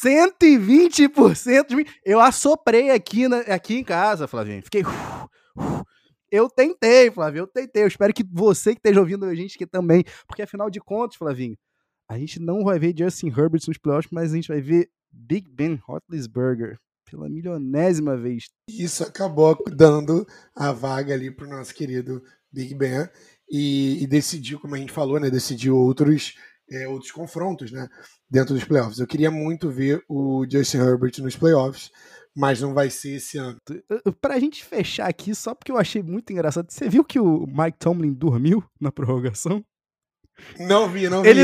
120% de mim... Eu assoprei aqui em casa, Flavinho. Fiquei... Eu tentei, Flavinho, eu espero que você que esteja ouvindo a gente aqui também, porque afinal de contas, Flavinho, a gente não vai ver Justin Herbert nos playoffs, mas a gente vai ver Big Ben Roethlisberger pela milionésima vez. Isso acabou dando a vaga ali pro nosso querido Big Ben e decidiu, como a gente falou, né, decidiu outros confrontos, né, dentro dos playoffs. Eu queria muito ver o Justin Herbert nos playoffs, mas não vai ser esse ano. Pra gente fechar aqui, só porque eu achei muito engraçado, você viu que o Mike Tomlin dormiu na prorrogação? Não vi ele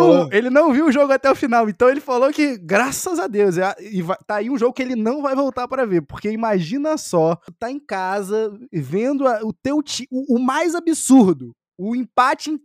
não viu o jogo até o final, então ele falou que, graças a Deus, tá aí um jogo que ele não vai voltar pra ver, porque imagina só, tá em casa, vendo o teu time, o mais absurdo, o empate em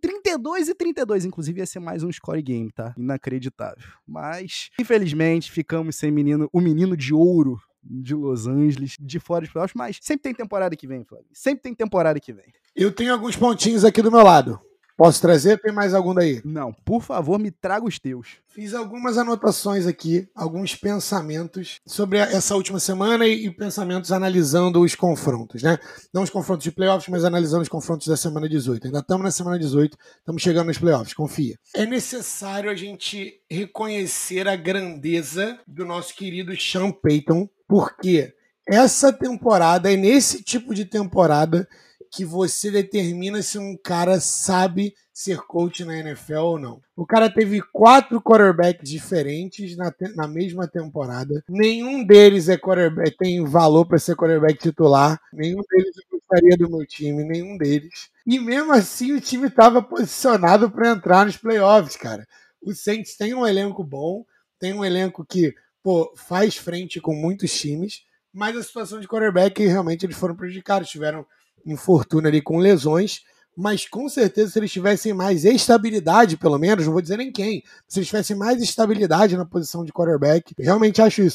32-32, inclusive ia ser mais um score game, tá? Inacreditável. Mas, infelizmente, ficamos sem o menino de ouro de Los Angeles, de fora dos playoffs, mas sempre tem temporada que vem, Flávio. Sempre tem temporada que vem. Eu tenho alguns pontinhos aqui do meu lado. Posso trazer? Tem mais algum daí? Não, por favor, me traga os teus. Fiz algumas anotações aqui, alguns pensamentos sobre essa última semana e pensamentos analisando os confrontos, né? Não os confrontos de playoffs, mas analisando os confrontos da semana 18. Ainda estamos na semana 18, estamos chegando nos playoffs, confia. É necessário a gente reconhecer a grandeza do nosso querido Sean Payton, porque essa temporada é nesse tipo de temporada que você determina se um cara sabe ser coach na NFL ou não. O cara teve 4 quarterbacks diferentes na mesma temporada. Nenhum deles tem valor para ser quarterback titular. Nenhum deles eu gostaria do meu time, nenhum deles. E mesmo assim o time estava posicionado para entrar nos playoffs, cara. O Saints tem um elenco bom, tem um elenco que faz frente com muitos times, mas a situação de quarterback realmente eles foram prejudicados, tiveram infortúnio ali com lesões, mas com certeza se eles tivessem mais estabilidade, pelo menos, não vou dizer nem quem, se eles tivessem mais estabilidade na posição de quarterback, realmente acho isso,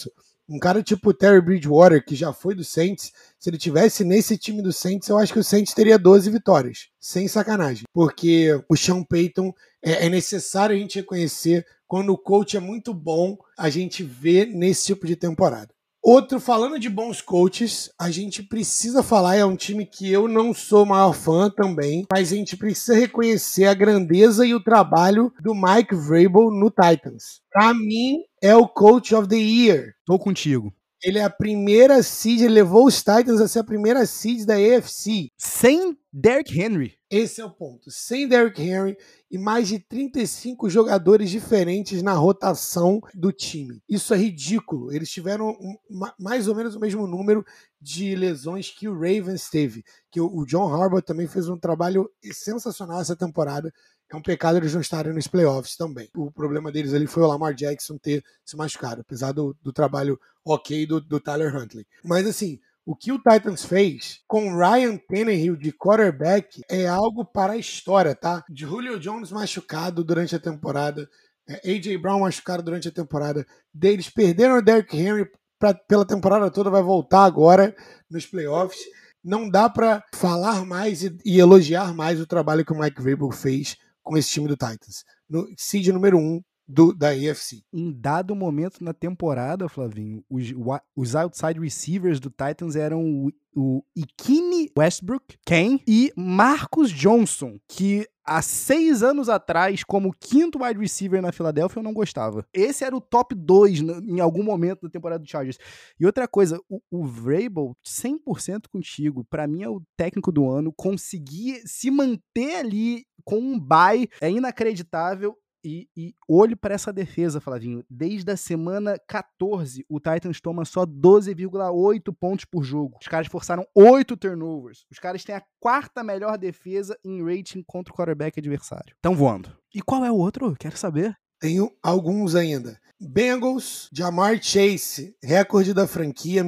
Um cara tipo Terry Bridgewater, que já foi do Saints, se ele tivesse nesse time do Saints, eu acho que o Saints teria 12 vitórias. Sem sacanagem. Porque o Sean Payton é necessário a gente reconhecer quando o coach é muito bom, a gente vê nesse tipo de temporada. Outro, falando de bons coaches, a gente precisa falar, é um time que eu não sou maior fã também, mas a gente precisa reconhecer a grandeza e o trabalho do Mike Vrabel no Titans. Pra mim, é o Coach of the Year. Tô contigo. Ele é a primeira seed, ele levou os Titans a ser a primeira seed da AFC. Sem Derrick Henry. Esse é o ponto. Sem Derrick Henry e mais de 35 jogadores diferentes na rotação do time. Isso é ridículo. Eles tiveram mais ou menos o mesmo número de lesões que o Ravens teve. Que o John Harbaugh também fez um trabalho sensacional essa temporada. É um pecado eles não estarem nos playoffs também. O problema deles ali foi o Lamar Jackson ter se machucado, apesar do trabalho ok do Tyler Huntley. Mas assim, o que o Titans fez com Ryan Tannehill de quarterback é algo para a história, tá? De Julio Jones machucado durante a temporada, A.J. Brown machucado durante a temporada, eles perderam o Derrick Henry pela temporada toda, vai voltar agora nos playoffs. Não dá para falar mais e elogiar mais o trabalho que o Mike Vrabel fez com esse time do Titans. No seed número 1 da AFC. Em dado momento na temporada, Flavinho, os outside receivers do Titans eram o Ikini Westbrook, Ken e Marcus Johnson, que há 6 anos atrás, como quinto wide receiver na Filadélfia, eu não gostava. Esse era o top 2 em algum momento da temporada do Chargers. E outra coisa, o Vrabel, 100% contigo, pra mim é o técnico do ano, conseguir se manter ali com um bye é inacreditável. E olhe para essa defesa, Flavinho. Desde a semana 14, o Titans toma só 12,8 pontos por jogo. Os caras forçaram 8 turnovers. Os caras têm a 4ª melhor defesa em rating contra o quarterback adversário. Estão voando. E qual é o outro? Quero saber. Tenho alguns ainda. Bengals, Ja'Marr Chase, recorde da franquia,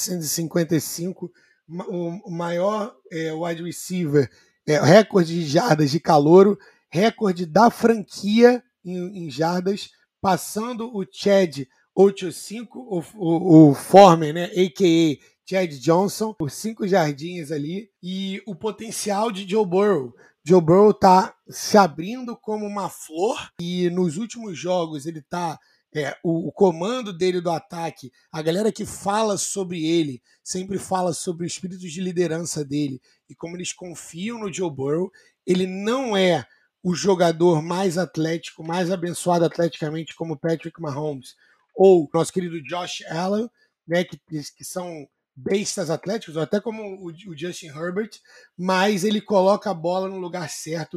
1.455. O maior wide receiver, recorde de jardas de calouro, recorde da franquia em jardas, passando o Chad Ochocinco, o Foreman, né, a.k.a. Chad Johnson, por 5 jardinhas ali, e o potencial de Joe Burrow. Joe Burrow tá se abrindo como uma flor, e nos últimos jogos ele tá... o comando dele do ataque, a galera que fala sobre ele, sempre fala sobre o espírito de liderança dele, e como eles confiam no Joe Burrow. Ele não é o jogador mais atlético, mais abençoado atleticamente como Patrick Mahomes ou nosso querido Josh Allen, né, que são bestas atléticos, ou até como o Justin Herbert, mas ele coloca a bola no lugar certo,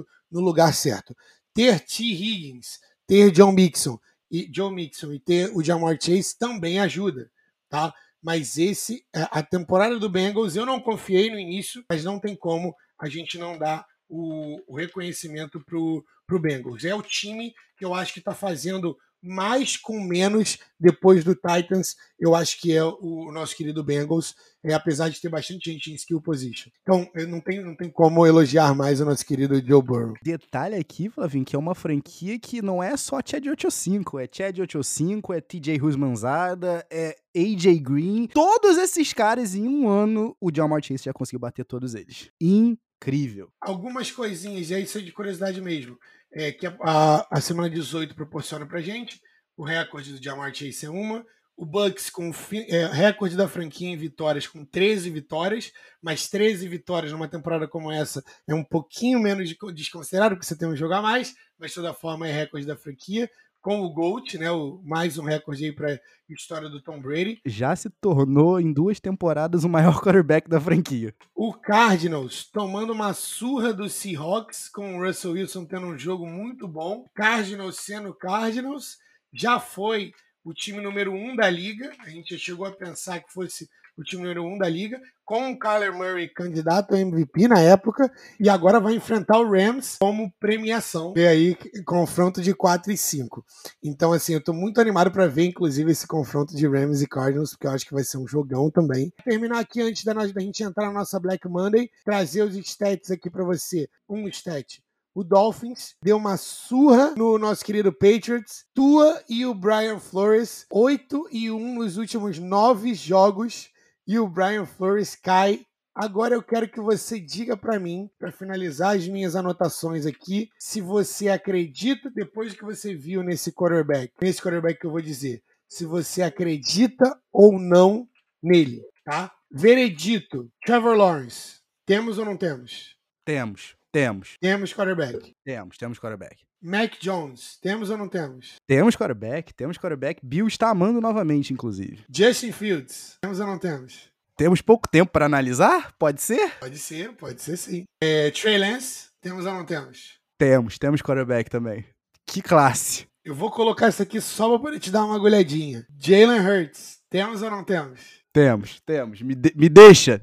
Ter T. Higgins, ter Joe Mixon e ter o Ja'Marr Chase também ajuda, tá? Mas a temporada do Bengals, eu não confiei no início, mas não tem como a gente não dar o reconhecimento pro Bengals. É o time que eu acho que está fazendo mais com menos depois do Titans. Eu acho que é o nosso querido Bengals, apesar de ter bastante gente em skill position. Então, não tem como elogiar mais o nosso querido Joe Burrow. Detalhe aqui, Flavinho, que é uma franquia que não é só Chad Ochocinco, é Chad Ochocinco, é TJ Husmanzada, é AJ Green. Todos esses caras, em um ano, o Ja'Marr Chase já conseguiu bater todos eles. Incrível. Algumas coisinhas, isso é de curiosidade mesmo, que a semana 18 proporciona pra gente. O recorde do Ja'Marr Chase é uma. O Bucks com recorde da franquia em vitórias, com 13 vitórias, mas 13 vitórias numa temporada como essa é um pouquinho menos desconsiderado, porque você tem um jogo a mais, mas de toda forma é recorde da franquia. Com o GOAT, né, mais um recorde aí para a história do Tom Brady. Já se tornou, em 2 temporadas, o maior quarterback da franquia. O Cardinals tomando uma surra do Seahawks, com o Russell Wilson tendo um jogo muito bom. Cardinals sendo Cardinals, já foi o time número 1 da liga. A gente já chegou a pensar que fosse o time número 1 da liga, com o Kyler Murray candidato a MVP na época, e agora vai enfrentar o Rams como premiação. E aí, confronto de 4 e 5. Então, assim, eu tô muito animado para ver, inclusive, esse confronto de Rams e Cardinals, porque eu acho que vai ser um jogão também. Vou terminar aqui, antes da gente entrar na nossa Black Monday, trazer os stats aqui para você. Um stat. o Dolphins deu uma surra no nosso querido Patriots. Tua e o Brian Flores, 8-1 nos últimos 9 jogos, e o Brian Flores cai. Agora eu quero que você diga pra mim, pra finalizar as minhas anotações aqui, se você acredita, depois que você viu nesse quarterback que eu vou dizer, se você acredita ou não nele, tá? Veredito, Trevor Lawrence, temos ou não temos? Temos. Temos quarterback. Temos quarterback. Mac Jones, temos ou não temos? Temos quarterback. Bill está amando novamente, inclusive. Justin Fields, temos ou não temos? Temos pouco tempo para analisar? Pode ser? Pode ser sim. Trey Lance, temos ou não temos? Temos quarterback também. Que classe. Eu vou colocar isso aqui só para poder te dar uma agulhadinha. Jalen Hurts, temos ou não temos? Temos. Me deixa.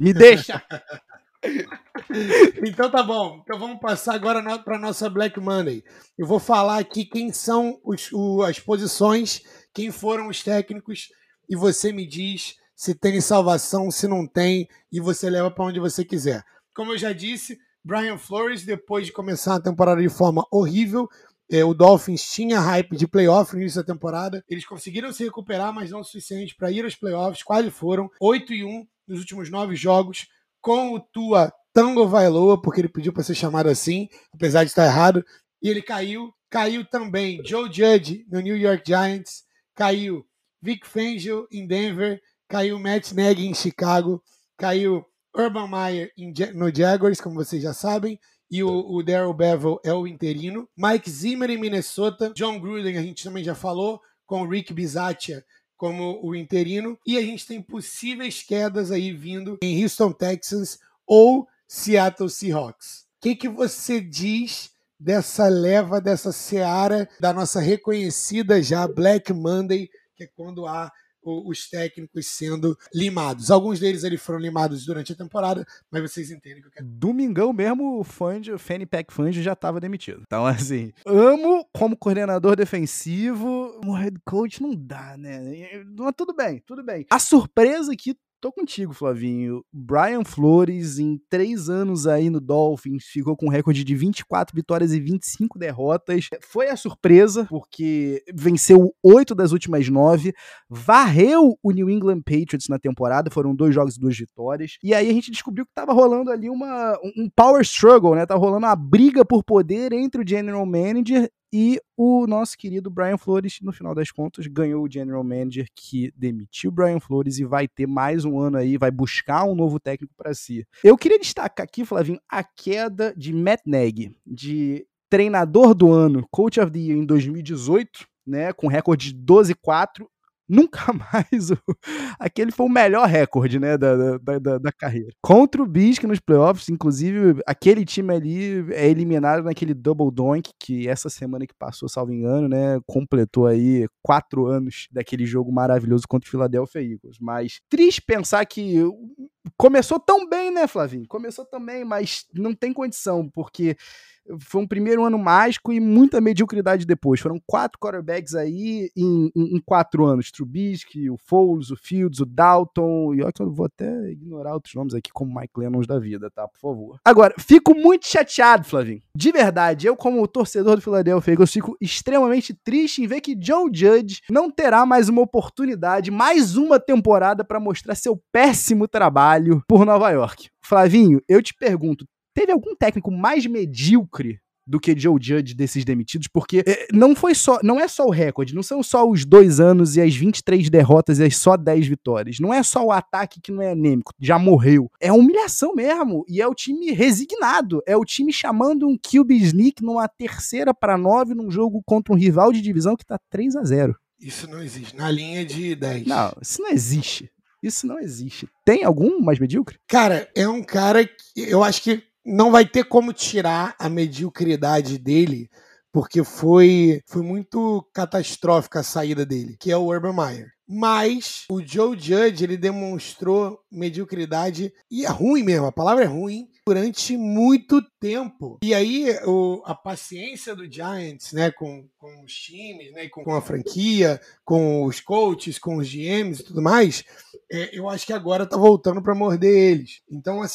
Então tá bom. Então vamos passar agora para nossa Black Monday. Eu vou falar aqui quem são as posições, quem foram os técnicos, e você me diz se tem salvação, se não tem, e você leva para onde você quiser. Como eu já disse, Brian Flores, depois de começar a temporada de forma horrível, o Dolphins tinha hype de playoff no início da temporada. Eles conseguiram se recuperar, mas não o suficiente para ir aos playoffs. Quase foram. 8-1 nos últimos 9 jogos, com o Tua Tango Vailoa, porque ele pediu para ser chamado assim, apesar de estar errado. E ele caiu. Caiu também Joe Judge no New York Giants. Caiu Vic Fangio em Denver. Caiu Matt Nagy em Chicago. Caiu Urban Meyer no Jaguars, como vocês já sabem. E o Darrell Bevell é o interino. Mike Zimmer em Minnesota. John Gruden, a gente também já falou, com o Rick Bisaccia como o interino. E a gente tem possíveis quedas aí vindo em Houston Texans ou Seattle Seahawks. O que você diz dessa leva, dessa seara da nossa reconhecida já Black Monday, que é quando há os técnicos sendo limados? Alguns deles foram limados durante a temporada, mas vocês entendem o que eu quero. Domingão mesmo, o Fanny Pack Fangio já estava demitido. Então, assim, amo como coordenador defensivo, como head coach não dá, né? Mas tudo bem. A surpresa aqui, tô contigo, Flavinho. Brian Flores, em 3 anos aí no Dolphins, ficou com um recorde de 24 vitórias e 25 derrotas. Foi a surpresa, porque venceu 8 das últimas 9, varreu o New England Patriots na temporada, foram 2 jogos e 2 vitórias. E aí a gente descobriu que tava rolando ali um power struggle, né? Tava rolando uma briga por poder entre o general manager e o nosso querido Brian Flores. No final das contas, ganhou o general manager, que demitiu o Brian Flores e vai ter mais um ano aí, vai buscar um novo técnico para si. Eu queria destacar aqui, Flavinho, a queda de Matt Nagy, de treinador do ano, Coach of the Year em 2018, né, com recorde de 12-4, nunca mais aquele foi o melhor recorde, né, da carreira. Contra o Bisque nos playoffs, inclusive, aquele time ali é eliminado naquele double doink, que essa semana que passou, salvo engano, né, completou aí 4 anos daquele jogo maravilhoso contra o Philadelphia Eagles. Mas triste pensar que começou tão bem, né, Flavinho? Começou também, mas não tem condição, porque foi um primeiro ano mágico e muita mediocridade depois. Foram 4 quarterbacks aí em 4 anos. Trubisky, o Foles, o Fields, o Dalton. E olha que eu vou até ignorar outros nomes aqui, como Mike Lennon da vida, tá? Por favor. Agora, fico muito chateado, Flavinho. De verdade, eu como torcedor do Philadelphia Eagles, fico extremamente triste em ver que Joe Judge não terá mais uma oportunidade, mais uma temporada para mostrar seu péssimo trabalho por Nova York. Flavinho, eu te pergunto, teve algum técnico mais medíocre do que Joe Judge desses demitidos? Porque não é só o recorde, não são só os 2 anos e as 23 derrotas e as só 10 vitórias. Não é só o ataque que não é anêmico, já morreu. É humilhação mesmo, e é o time resignado. É o time chamando um QB sneak numa 3ª-para-9 num jogo contra um rival de divisão que tá 3-0. Isso não existe, na linha de 10. Não, isso não existe. Isso não existe. Tem algum mais medíocre? Cara, é um cara que eu acho que não vai ter como tirar a mediocridade dele, porque foi muito catastrófica a saída dele, que é o Urban Meyer. Mas o Joe Judge, ele demonstrou mediocridade, e é ruim mesmo, a palavra é ruim, durante muito tempo. E aí a paciência do Giants, né, com os times, né, com a franquia, com os coaches, com os GMs e tudo mais, eu acho que agora tá voltando para morder eles. Então, assim,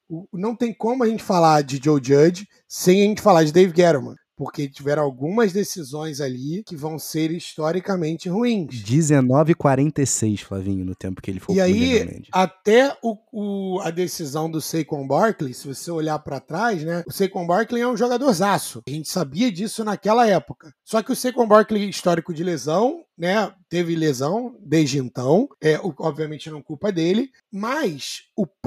Não tem como a gente falar de Joe Judge sem a gente falar de Dave Gettleman, porque tiveram algumas decisões ali que vão ser historicamente ruins. 19,46, Flavinho, no tempo que ele foi. E aí, até a decisão do Saquon Barkley, se você olhar para trás, né? O Saquon Barkley é um jogadorzaço. A gente sabia disso naquela época. Só que o Saquon Barkley, histórico de lesão, né? Teve lesão desde então. Obviamente não é culpa dele. Mas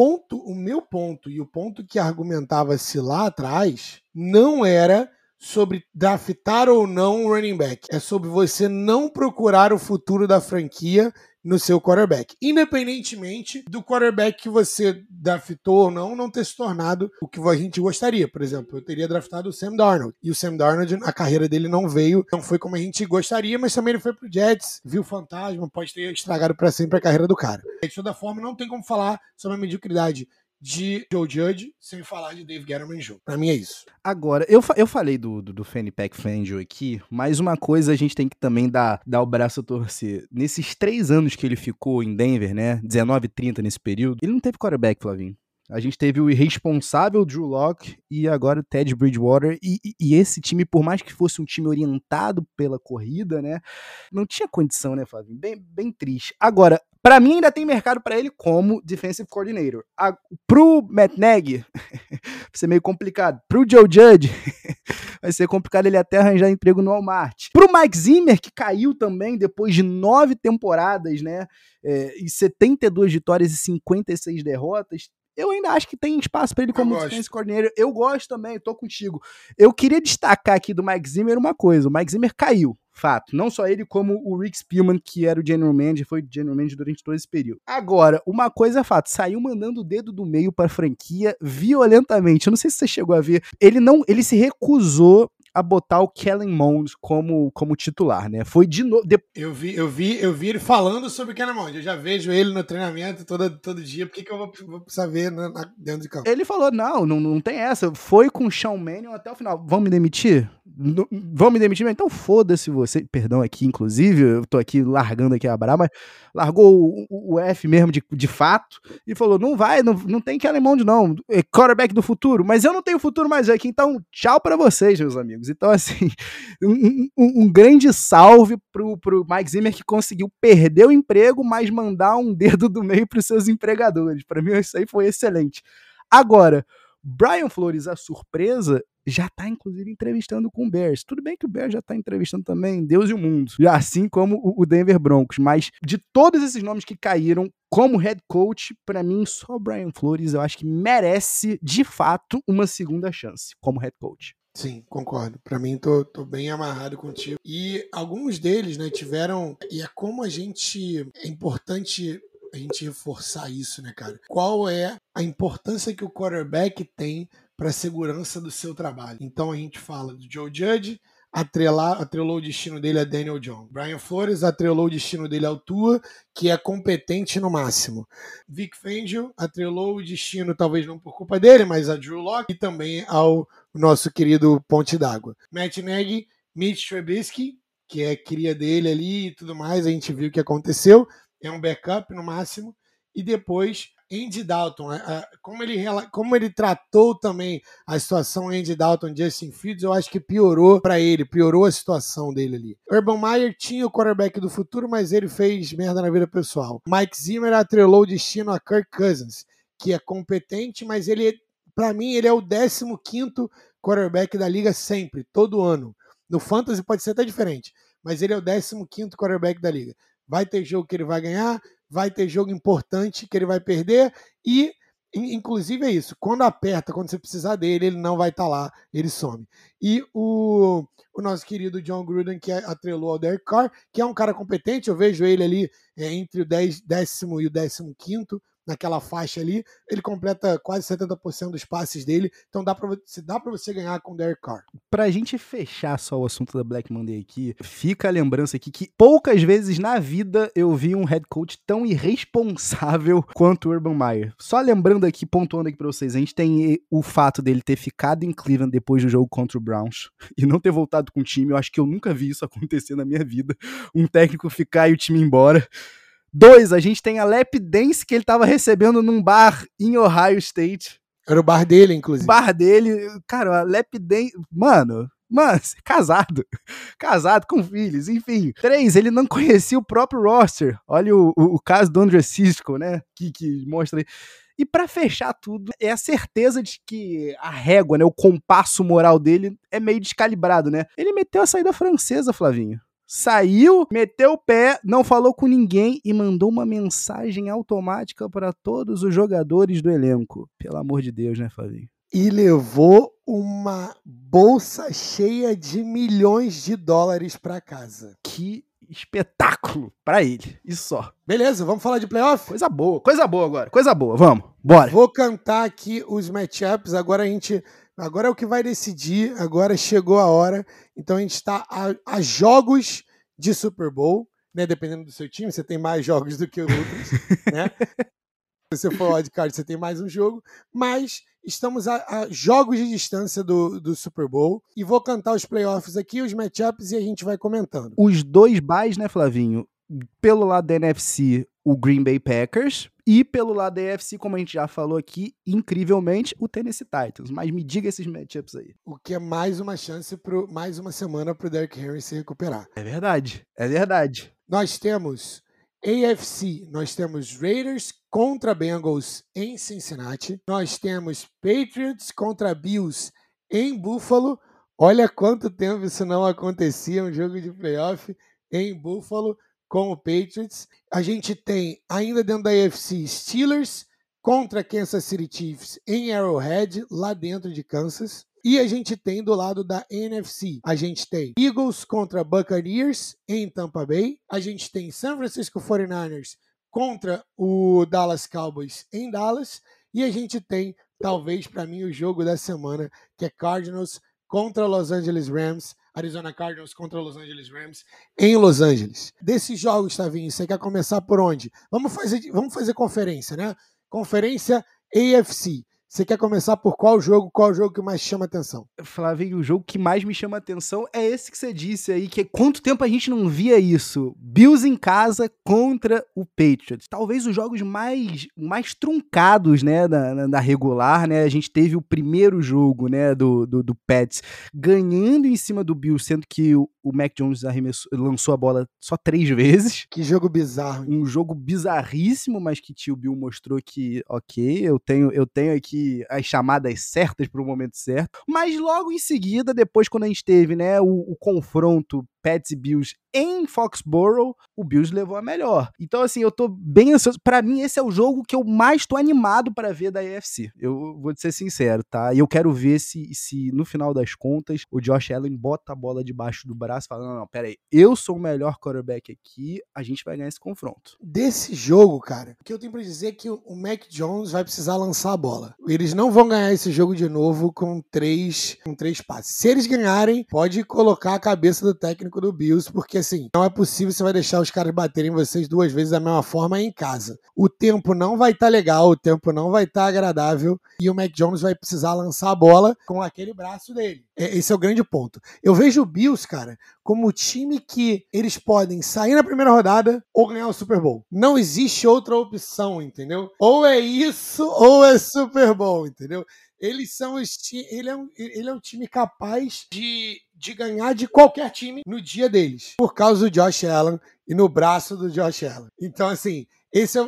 o meu ponto e o ponto que argumentava-se lá atrás não era sobre draftar ou não um running back. É sobre você não procurar o futuro da franquia no seu quarterback. Independentemente do quarterback que você draftou ou não ter se tornado o que a gente gostaria. Por exemplo, eu teria draftado o Sam Darnold. E o Sam Darnold, a carreira dele não foi como a gente gostaria, mas também ele foi pro Jets, viu o fantasma, pode ter estragado para sempre a carreira do cara. De toda forma, não tem como falar sobre a mediocridade de Joe Judge sem falar de Dave Gettleman Jr. Pra mim é isso. Agora, eu falei do Fanny Pack Fangio aqui, mas uma coisa a gente tem que também dar o braço a torcer. Nesses 3 anos que ele ficou em Denver, né, 19 e 30 nesse período, ele não teve quarterback, Flavinho. A gente teve o irresponsável Drew Lock e agora o Teddy Bridgewater. E esse time, por mais que fosse um time orientado pela corrida, né, não tinha condição, né, Flavinho? Bem triste. Agora, pra mim ainda tem mercado pra ele como defensive coordinator. Pro Matt Nagy, vai ser meio complicado. Pro Joe Judge, vai ser complicado ele até arranjar emprego no Walmart. Pro Mike Zimmer, que caiu também depois de 9 temporadas, né, e 72 vitórias e 56 derrotas, eu ainda acho que tem espaço pra ele como defensive coordinator. Eu gosto também, tô contigo. Eu queria destacar aqui do Mike Zimmer uma coisa. O Mike Zimmer caiu, fato. Não só ele, como o Rick Spielman, que era o general manager, foi general manager durante todo esse período. Agora, uma coisa é fato. Saiu mandando o dedo do meio pra franquia violentamente. Eu não sei se você chegou a ver. Ele se recusou a botar o Kellen Mond como titular, né? Foi de novo... Eu vi ele falando sobre o Kellen Mond. Eu já vejo ele no treinamento todo dia. Por que eu vou precisar ver dentro de campo? Ele falou, não tem essa. Foi com o Sean Mannion até o final. Vão me demitir? Vão me demitir? Então foda-se você. Perdão aqui, inclusive. Eu tô aqui largando aqui a braba, mas largou o F mesmo de fato e falou, não tem Kellen Mond não. É quarterback do futuro. Mas eu não tenho futuro mais aqui. Então tchau pra vocês, meus amigos. Então, assim, um grande salve pro Mike Zimmer, que conseguiu perder o emprego, mas mandar um dedo do meio pros seus empregadores. Pra mim, isso aí foi excelente. Agora, Brian Flores, a surpresa, já tá, inclusive, entrevistando com o Bears. Tudo bem que o Bears já tá entrevistando também Deus e o mundo, assim como o Denver Broncos. Mas de todos esses nomes que caíram como head coach, pra mim, só o Brian Flores, eu acho que merece, de fato, uma segunda chance como head coach. Sim, concordo. Pra mim, tô bem amarrado contigo. E alguns deles, né, tiveram... E é como é importante a gente reforçar isso, né, cara? Qual é a importância que o quarterback tem para a segurança do seu trabalho? Então a gente fala do Joe Judge, atrelou o destino dele a Daniel Jones. Brian Flores atrelou o destino dele ao Tua, que é competente no máximo. Vic Fangio atrelou o destino, talvez não por culpa dele, mas a Drew Lock e também ao nosso querido Ponte d'Água. Matt Nagy, Mitch Trubisky, que é cria dele ali e tudo mais, a gente viu o que aconteceu. É um backup no máximo. E depois Andy Dalton, como ele tratou também a situação Andy Dalton, Justin Fields, eu acho que piorou para ele, piorou a situação dele ali. Urban Meyer tinha o quarterback do futuro, mas ele fez merda na vida pessoal. Mike Zimmer atrelou o destino a Kirk Cousins, que é competente, mas ele, para mim, ele é o 15º quarterback da liga sempre, todo ano. No Fantasy pode ser até diferente, mas ele é o 15º quarterback da liga. Vai ter jogo que ele vai ganhar, vai ter jogo importante que ele vai perder e, inclusive, é isso. Quando aperta, quando você precisar dele, ele não vai estar lá, ele some. E o nosso querido John Gruden, que atrelou ao Derek Carr, que é um cara competente, eu vejo ele ali entre o 10º e o 15º, naquela faixa ali, ele completa quase 70% dos passes dele, então dá pra você ganhar com o Derek Carr. Pra gente fechar só o assunto da Black Monday aqui, fica a lembrança aqui que poucas vezes na vida eu vi um head coach tão irresponsável quanto o Urban Meyer. Só lembrando aqui, pontuando aqui pra vocês, a gente tem o fato dele ter ficado em Cleveland depois do jogo contra o Browns e não ter voltado com o time. Eu acho que eu nunca vi isso acontecer na minha vida, um técnico ficar e o time ir embora. 2, a gente tem a lap dance que ele tava recebendo num bar em Ohio State. Era o bar dele, inclusive. O bar dele, cara, a lap dance... Mano, casado com filhos, enfim. 3, ele não conhecia o próprio roster. Olha o caso do André Cisco, né? Que mostra aí. E pra fechar tudo, é a certeza de que a régua, né, o compasso moral dele é meio descalibrado, né? Ele meteu a saída francesa, Flavinho. Saiu, meteu o pé, não falou com ninguém e mandou uma mensagem automática para todos os jogadores do elenco. Pelo amor de Deus, né, Flavinho? E levou uma bolsa cheia de milhões de dólares pra casa. Que espetáculo pra ele, isso só. Beleza, vamos falar de playoff? Coisa boa agora, coisa boa, vamos, bora. Vou cantar aqui os matchups, agora é o que vai decidir, agora chegou a hora, então a gente está a jogos de Super Bowl, né, dependendo do seu time, você tem mais jogos do que outros, né? Se você for wildcard, você tem mais um jogo, mas estamos a jogos de distância do Super Bowl e vou cantar os playoffs aqui, os matchups e a gente vai comentando. Os 2 byes, né, Flavinho? Pelo lado da NFC, o Green Bay Packers e pelo lado da AFC, como a gente já falou aqui, incrivelmente, o Tennessee Titans. Mas me diga esses matchups aí. O que é mais uma chance, mais uma semana pro Derrick Henry se recuperar. É verdade. Nós temos AFC, nós temos Raiders contra Bengals em Cincinnati. Nós temos Patriots contra Bills em Buffalo. Olha quanto tempo isso não acontecia, um jogo de playoff em Buffalo com o Patriots. A gente tem, ainda dentro da AFC, Steelers contra Kansas City Chiefs em Arrowhead, lá dentro de Kansas. E a gente tem do lado da NFC, a gente tem Eagles contra Buccaneers em Tampa Bay. A gente tem San Francisco 49ers contra o Dallas Cowboys em Dallas. E a gente tem, talvez para mim, o jogo da semana, que é Cardinals contra Los Angeles Rams. Arizona Cardinals contra Los Angeles Rams em Los Angeles. Desses jogos, Tavinho, você quer começar por onde? Vamos fazer conferência, né? Conferência AFC. Você quer começar por qual jogo que mais chama atenção? Flávio, o jogo que mais me chama atenção é esse que você disse aí, que quanto tempo a gente não via isso? Bills em casa contra o Patriots. Talvez os jogos mais truncados, né, da regular, né? A gente teve o primeiro jogo, né, do Pats ganhando em cima do Bills, sendo que o Mac Jones lançou a bola só 3 vezes. Que jogo bizarro. Um jogo bizarríssimo, mas que tio Bill mostrou que, ok, eu tenho aqui as chamadas certas para o momento certo. Mas logo em seguida, depois quando a gente teve, né, o confronto Pats e Bills em Foxborough, o Bills levou a melhor. Então, assim, eu tô bem ansioso. Pra mim, esse é o jogo que eu mais tô animado para ver da AFC. Eu vou te ser sincero, tá? E eu quero ver se no final das contas, o Josh Allen bota a bola debaixo do braço e fala, não, pera aí, eu sou o melhor quarterback aqui, a gente vai ganhar esse confronto. Desse jogo, cara, o que eu tenho pra dizer é que o Mac Jones vai precisar lançar a bola. Eles não vão ganhar esse jogo de novo com três passes. Se eles ganharem, pode colocar a cabeça do técnico do Bills, porque assim, não é possível você vai deixar os caras baterem vocês 2 vezes da mesma forma em casa. O tempo não vai estar legal, o tempo não vai estar agradável e o Mac Jones vai precisar lançar a bola com aquele braço dele. Esse é o grande ponto. Eu vejo o Bills, cara, como o time que eles podem sair na primeira rodada ou ganhar o Super Bowl. Não existe outra opção, entendeu? Ou é isso ou é Super Bowl, entendeu? Eles são ele é um time capaz de ganhar de qualquer time no dia deles, por causa do Josh Allen e no braço do Josh Allen. Então, assim, esse é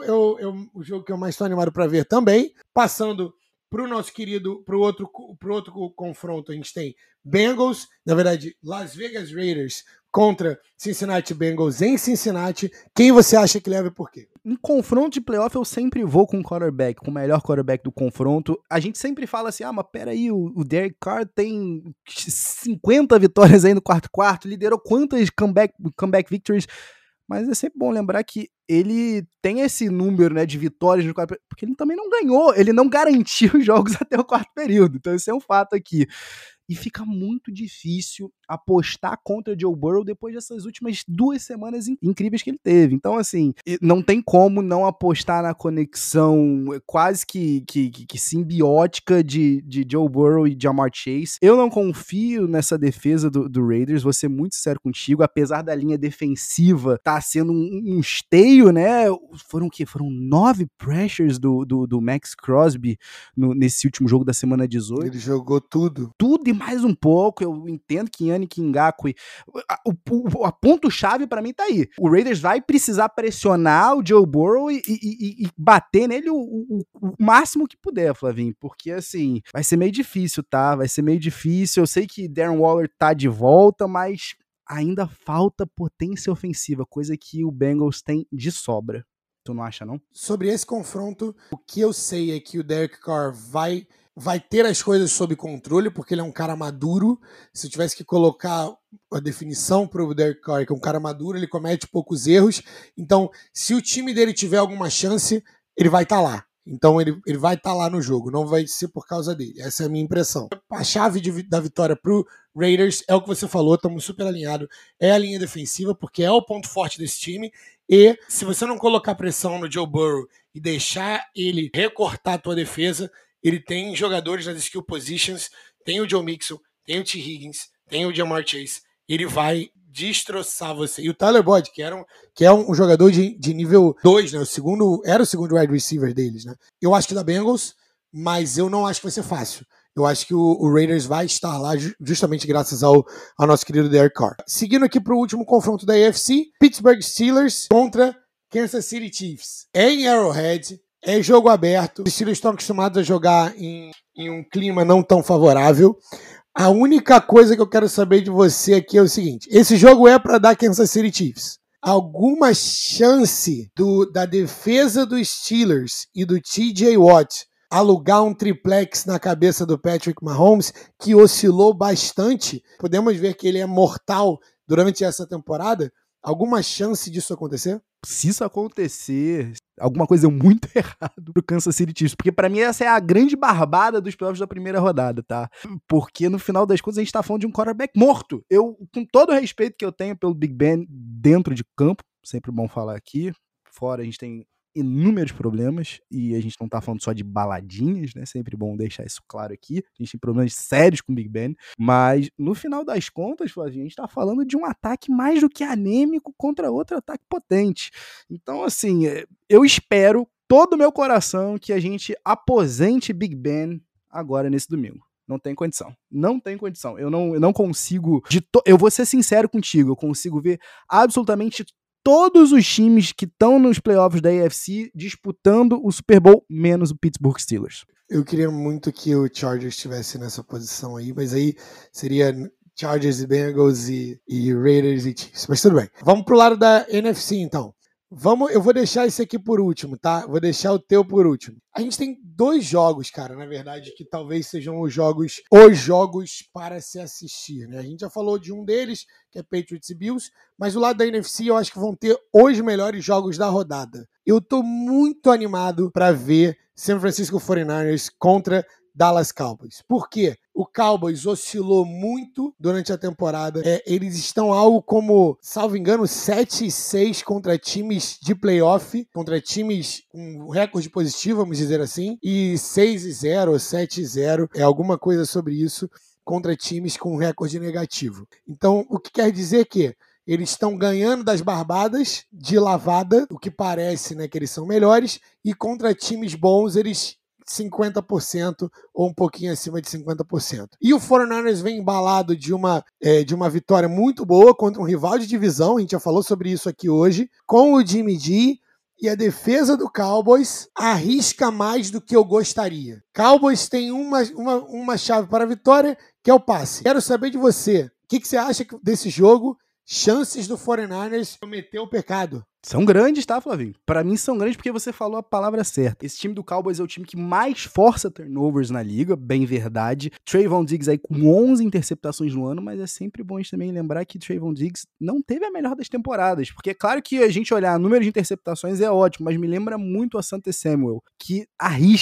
o jogo que eu mais estou animado para ver também. Passando pro nosso querido, pro outro confronto, a gente tem Bengals, na verdade, Las Vegas Raiders contra Cincinnati Bengals em Cincinnati. Quem você acha que leva e por quê? Em confronto de playoff, eu sempre vou com o quarterback, com o melhor quarterback do confronto. A gente sempre fala assim, mas peraí, o Derek Carr tem 50 vitórias aí no quarto, liderou quantas comeback victories? Mas é sempre bom lembrar que ele tem esse número, né, de vitórias no quarto período, porque ele também não ganhou, ele não garantiu os jogos até o quarto período. Então esse é um fato aqui. e fica muito difícil apostar contra Joe Burrow depois dessas últimas 2 semanas incríveis que ele teve. Então, assim, não tem como não apostar na conexão quase que simbiótica de Joe Burrow e Ja'Marr Chase. Eu não confio nessa defesa do Raiders, vou ser muito sincero contigo, apesar da linha defensiva tá sendo um esteio, né? Foram o quê? Foram 9 pressures do Max Crosby nesse último jogo da semana 18. Ele jogou tudo. Tudo e mais um pouco. Eu entendo que Yannick Ngakoue, a ponto-chave pra mim tá aí. O Raiders vai precisar pressionar o Joe Burrow e bater nele o máximo que puder, Flavinho, porque assim, vai ser meio difícil, tá? Vai ser meio difícil. Eu sei que Darren Waller tá de volta, mas ainda falta potência ofensiva, coisa que o Bengals tem de sobra. Tu não acha, não? Sobre esse confronto, o que eu sei é que o Derek Carr vai ter as coisas sob controle, porque ele é um cara maduro. Se eu tivesse que colocar a definição para o Derek Carr, que é um cara maduro, ele comete poucos erros. Então, se o time dele tiver alguma chance, ele vai estar lá. Então ele vai estar lá no jogo, não vai ser por causa dele. Essa é a minha impressão. A chave da vitória pro Raiders é o que você falou, estamos super alinhados. É a linha defensiva, porque é o ponto forte desse time. E se você não colocar pressão no Joe Burrow e deixar ele recortar a tua defesa, ele tem jogadores nas skill positions, tem o Joe Mixon, tem o T. Higgins, tem o Ja'Marr Chase. Ele vai destroçar você. E o Tyler Boyd, que é um jogador de nível 2, né? Era o segundo wide receiver deles, né? Eu acho que dá Bengals, mas eu não acho que vai ser fácil. Eu acho que o Raiders vai estar lá justamente graças ao nosso querido Derek Carr. Seguindo aqui para o último confronto da AFC, Pittsburgh Steelers contra Kansas City Chiefs. É em Arrowhead, é jogo aberto. Os Steelers estão acostumados a jogar em um clima não tão favorável. A única coisa que eu quero saber de você aqui é o seguinte: esse jogo é para dar Kansas City Chiefs. Alguma chance da defesa dos Steelers e do TJ Watt alugar um triplex na cabeça do Patrick Mahomes, que oscilou bastante? Podemos ver que ele é mortal durante essa temporada. Alguma chance disso acontecer? Se isso acontecer, alguma coisa muito errada pro Kansas City Chiefs, porque pra mim essa é a grande barbada dos playoffs da primeira rodada, tá? Porque no final das contas a gente tá falando de um quarterback morto. Eu, com todo o respeito que eu tenho pelo Big Ben dentro de campo, sempre bom falar aqui, fora a gente tem inúmeros problemas, e a gente não tá falando só de baladinhas, né? Sempre bom deixar isso claro aqui. A gente tem problemas sérios com o Big Ben, mas no final das contas, Flavinho, a gente tá falando de um ataque mais do que anêmico contra outro ataque potente. Então, assim, eu espero todo o meu coração que a gente aposente Big Ben agora nesse domingo. Não tem condição. Não tem condição. Eu não consigo... Eu vou ser sincero contigo, eu consigo ver absolutamente todos os times que estão nos playoffs da AFC disputando o Super Bowl, menos o Pittsburgh Steelers. Eu queria muito que o Chargers estivesse nessa posição aí, mas aí seria Chargers e Bengals e Raiders e Chiefs. Mas tudo bem. Vamos pro lado da NFC, então. Eu vou deixar esse aqui por último, tá? Vou deixar o teu por último. A gente tem 2 jogos, cara, na verdade, que talvez sejam os jogos para se assistir, né? A gente já falou de um deles, que é Patriots e Bills, mas do lado da NFC eu acho que vão ter os melhores jogos da rodada. Eu tô muito animado para ver San Francisco 49ers contra Dallas Cowboys. Por quê? O Cowboys oscilou muito durante a temporada. Eles estão algo como, salvo engano, 7-6 contra times de playoff, contra times com recorde positivo, vamos dizer assim, e 6-0 ou 7-0, alguma coisa sobre isso, contra times com recorde negativo. Então, o que quer dizer que eles estão ganhando das barbadas de lavada, o que parece, né, que eles são melhores, e contra times bons eles 50% ou um pouquinho acima de 50%. E o 49ers vem embalado de uma vitória muito boa contra um rival de divisão, a gente já falou sobre isso aqui hoje, com o Jimmy G, e a defesa do Cowboys arrisca mais do que eu gostaria. Cowboys tem uma chave para a vitória, que é o passe. Quero saber de você, o que você acha desse jogo? Chances do 49ers cometer o pecado? São grandes, tá, Flavinho? Pra mim são grandes porque você falou a palavra certa. Esse time do Cowboys é o time que mais força turnovers na liga, bem verdade. Trayvon Diggs aí com 11 interceptações no ano, mas é sempre bom a gente também lembrar que Trayvon Diggs não teve a melhor das temporadas, porque é claro que a gente olhar número de interceptações é ótimo, mas me lembra muito a Asante Samuel, que arrisca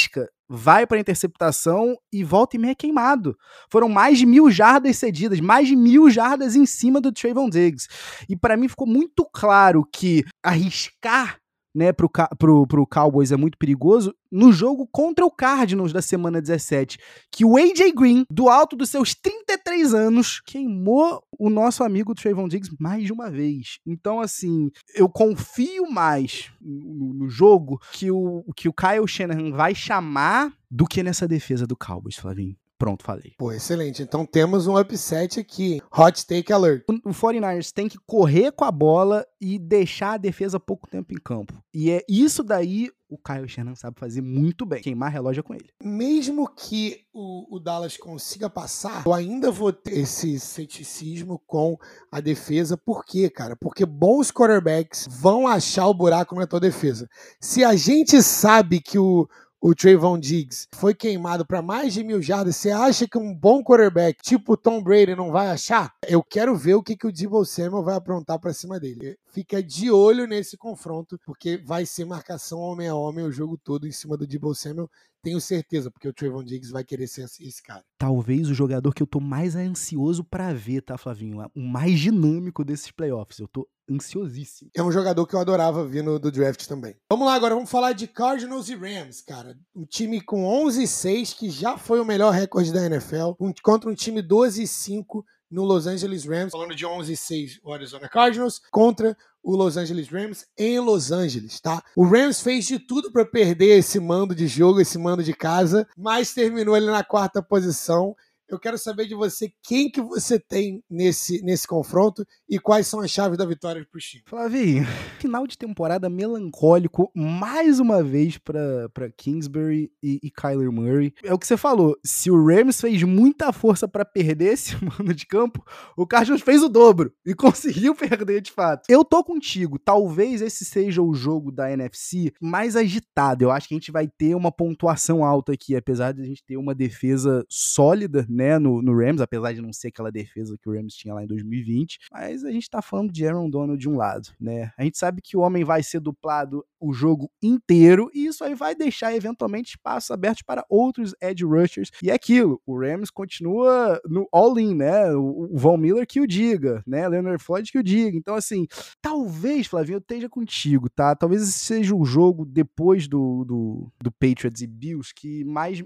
vai pra interceptação e volta e meia queimado. Foram mais de 1.000 jardas cedidas, mais de 1.000 jardas em cima do Trayvon Diggs. E pra mim ficou muito claro que arriscar, né, pro Cowboys é muito perigoso no jogo contra o Cardinals da semana 17, que o AJ Green, do alto dos seus 33 anos, queimou o nosso amigo Trayvon Diggs mais de uma vez. Então, assim, eu confio mais no jogo que o Kyle Shanahan vai chamar do que nessa defesa do Cowboys, Flavinho. Pronto, falei. Pô, excelente. Então temos um upset aqui. Hot take alert. O 49ers tem que correr com a bola e deixar a defesa pouco tempo em campo. E é isso daí o Kyle Shanahan sabe fazer muito bem. Queimar relógio com ele. Mesmo que o Dallas consiga passar, eu ainda vou ter esse ceticismo com a defesa. Por quê, cara? Porque bons quarterbacks vão achar o buraco na tua defesa. Se a gente sabe que o Trayvon Diggs foi queimado para mais de 1.000 jardas, você acha que um bom quarterback, tipo o Tom Brady, não vai achar? Eu quero ver o que o Deebo Samuel vai aprontar para cima dele. Fica de olho nesse confronto, porque vai ser marcação homem a homem o jogo todo em cima do Deebo Samuel. Tenho certeza, porque o Trayvon Diggs vai querer ser esse cara. Talvez o jogador que eu tô mais ansioso pra ver, tá, Flavinho? O mais dinâmico desses playoffs. Eu tô ansiosíssimo. É um jogador que eu adorava ver do draft também. Vamos lá agora, vamos falar de Cardinals e Rams, cara. Um time com 11-6, que já foi o melhor recorde da NFL, contra um time 12-5 no Los Angeles Rams. Falando de 11-6, o Arizona Cardinals, contra o Los Angeles Rams em Los Angeles, tá? O Rams fez de tudo para perder esse mando de jogo, esse mando de casa, mas terminou ele na 4ª posição. Eu quero saber de você quem que você tem nesse confronto e quais são as chaves da vitória pro time. Flavinho, final de temporada melancólico mais uma vez pra Kingsbury e Kyler Murray. É o que você falou, se o Rams fez muita força pra perder esse mano de campo, o Cardinals fez o dobro e conseguiu perder de fato. Eu tô contigo, talvez esse seja o jogo da NFC mais agitado. Eu acho que a gente vai ter uma pontuação alta aqui, apesar de a gente ter uma defesa sólida, né, no Rams, apesar de não ser aquela defesa que o Rams tinha lá em 2020, mas a gente tá falando de Aaron Donald de um lado, né? A gente sabe que o homem vai ser duplado o jogo inteiro e isso aí vai deixar eventualmente espaços abertos para outros edge rushers. E é aquilo, o Rams continua no all-in, né? O Von Miller que o diga, né? Leonard Floyd que o diga. Então, assim, talvez, Flavinho, eu esteja contigo, tá? Talvez esse seja o jogo depois do Patriots e Bills que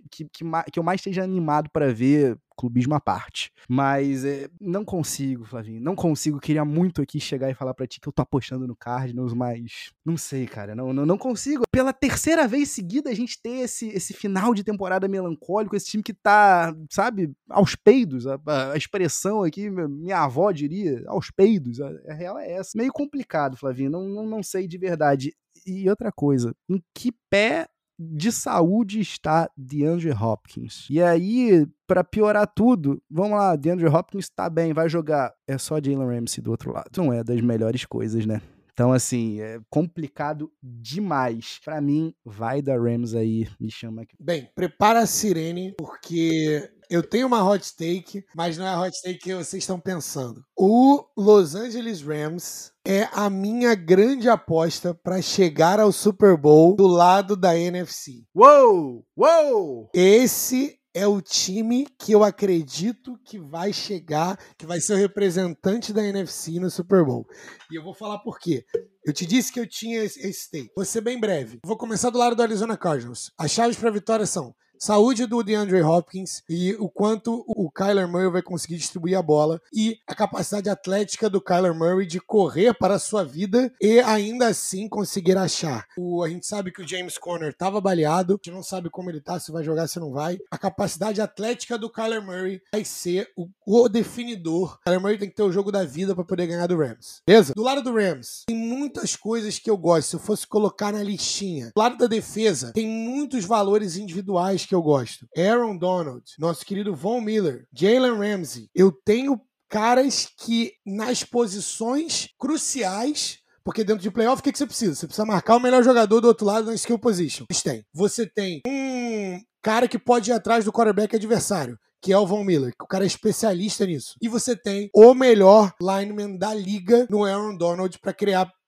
eu mais esteja animado para ver, clubismo à parte. Mas não consigo, Flavinho. Não consigo. Queria muito aqui chegar e falar pra ti que eu tô apostando no Cardinals, mas não sei, cara. Não consigo. Pela 3ª vez seguida a gente ter esse final de temporada melancólico, esse time que tá, sabe, aos peidos. A expressão aqui, minha avó diria, aos peidos. A real é essa. Meio complicado, Flavinho. Não sei de verdade. E outra coisa, em que pé de saúde está DeAndre Hopkins? E aí, pra piorar tudo, vamos lá, DeAndre Hopkins tá bem, vai jogar. É só Jalen Ramsey do outro lado. Não é das melhores coisas, né? Então, assim, é complicado demais. Pra mim, vai dar Rams aí, me chama aqui. Bem, prepara a sirene, porque eu tenho uma hot take, mas não é a hot take que vocês estão pensando. O Los Angeles Rams é a minha grande aposta para chegar ao Super Bowl do lado da NFC. Uou! Uou! Esse é o time que eu acredito que vai chegar, que vai ser o representante da NFC no Super Bowl. E eu vou falar por quê. Eu te disse que eu tinha esse take. Vou ser bem breve. Vou começar do lado do Arizona Cardinals. As chaves para a vitória são saúde do DeAndre Hopkins e o quanto o Kyler Murray vai conseguir distribuir a bola e a capacidade atlética do Kyler Murray de correr para a sua vida e ainda assim conseguir achar. A gente sabe que o James Conner estava baleado, a gente não sabe como ele tá, se vai jogar, se não vai. A capacidade atlética do Kyler Murray vai ser o definidor. O Kyler Murray tem que ter o jogo da vida para poder ganhar do Rams. Beleza? Do lado do Rams, tem muitas coisas que eu gosto. Se eu fosse colocar na listinha. Do lado da defesa, tem muitos valores individuais que eu gosto. Aaron Donald, nosso querido Von Miller, Jalen Ramsey. Eu tenho caras que nas posições cruciais, porque dentro de playoff, o que você precisa? Você precisa marcar o melhor jogador do outro lado na skill position. Você tem um cara que pode ir atrás do quarterback adversário, que é o Von Miller, que o cara é especialista nisso. E você tem o melhor lineman da liga no Aaron Donald para criar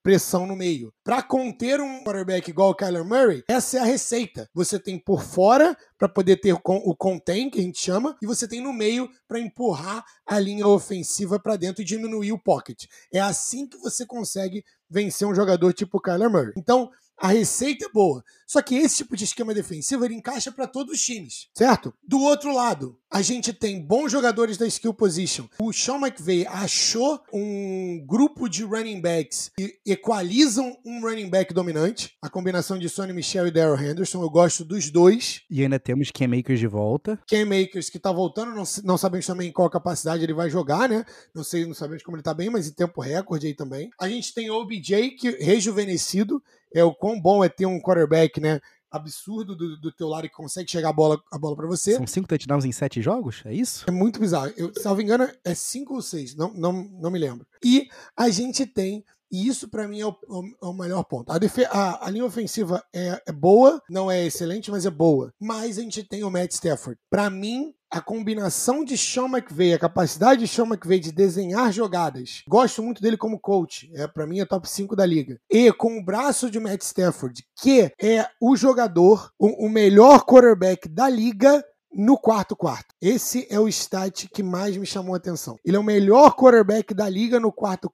pressão no meio. Para conter um quarterback igual o Kyler Murray, essa é a receita. Você tem por fora para poder ter o contain, que a gente chama, e você tem no meio para empurrar a linha ofensiva para dentro e diminuir o pocket. É assim que você consegue vencer um jogador tipo o Kyler Murray. Então, a receita é boa. Só que esse tipo de esquema defensivo ele encaixa para todos os times, certo? Do outro lado, a gente tem bons jogadores da skill position. O Sean McVay achou um grupo de running backs que equalizam um running back dominante. A combinação de Sonny Michel e Darrell Henderson. Eu gosto dos dois. E ainda temos Cam Akers de volta. Cam Akers que tá voltando. Não sabemos também em qual capacidade ele vai jogar, né? Não sabemos como ele tá bem, mas em tempo recorde aí também. A gente tem o OBJ que rejuvenescido. É o quão bom é ter um quarterback, né? Absurdo do teu lado que consegue chegar a bola pra você. São 5 touchdowns em 7 jogos? É isso? É muito bizarro. Eu, salvo engano, é 5 ou 6. Não me lembro. E a gente tem... E isso, pra mim, é o melhor ponto. A linha ofensiva é boa, não é excelente, mas é boa. Mas a gente tem o Matt Stafford. Pra mim, a combinação de Sean McVay, a capacidade de Sean McVay de desenhar jogadas, gosto muito dele como coach. Pra mim, é top 5 da liga. E com o braço de Matt Stafford, que é o jogador, o melhor quarterback da liga, no quarto. Esse é o stat que mais me chamou a atenção. Ele é o melhor quarterback da liga no quarto.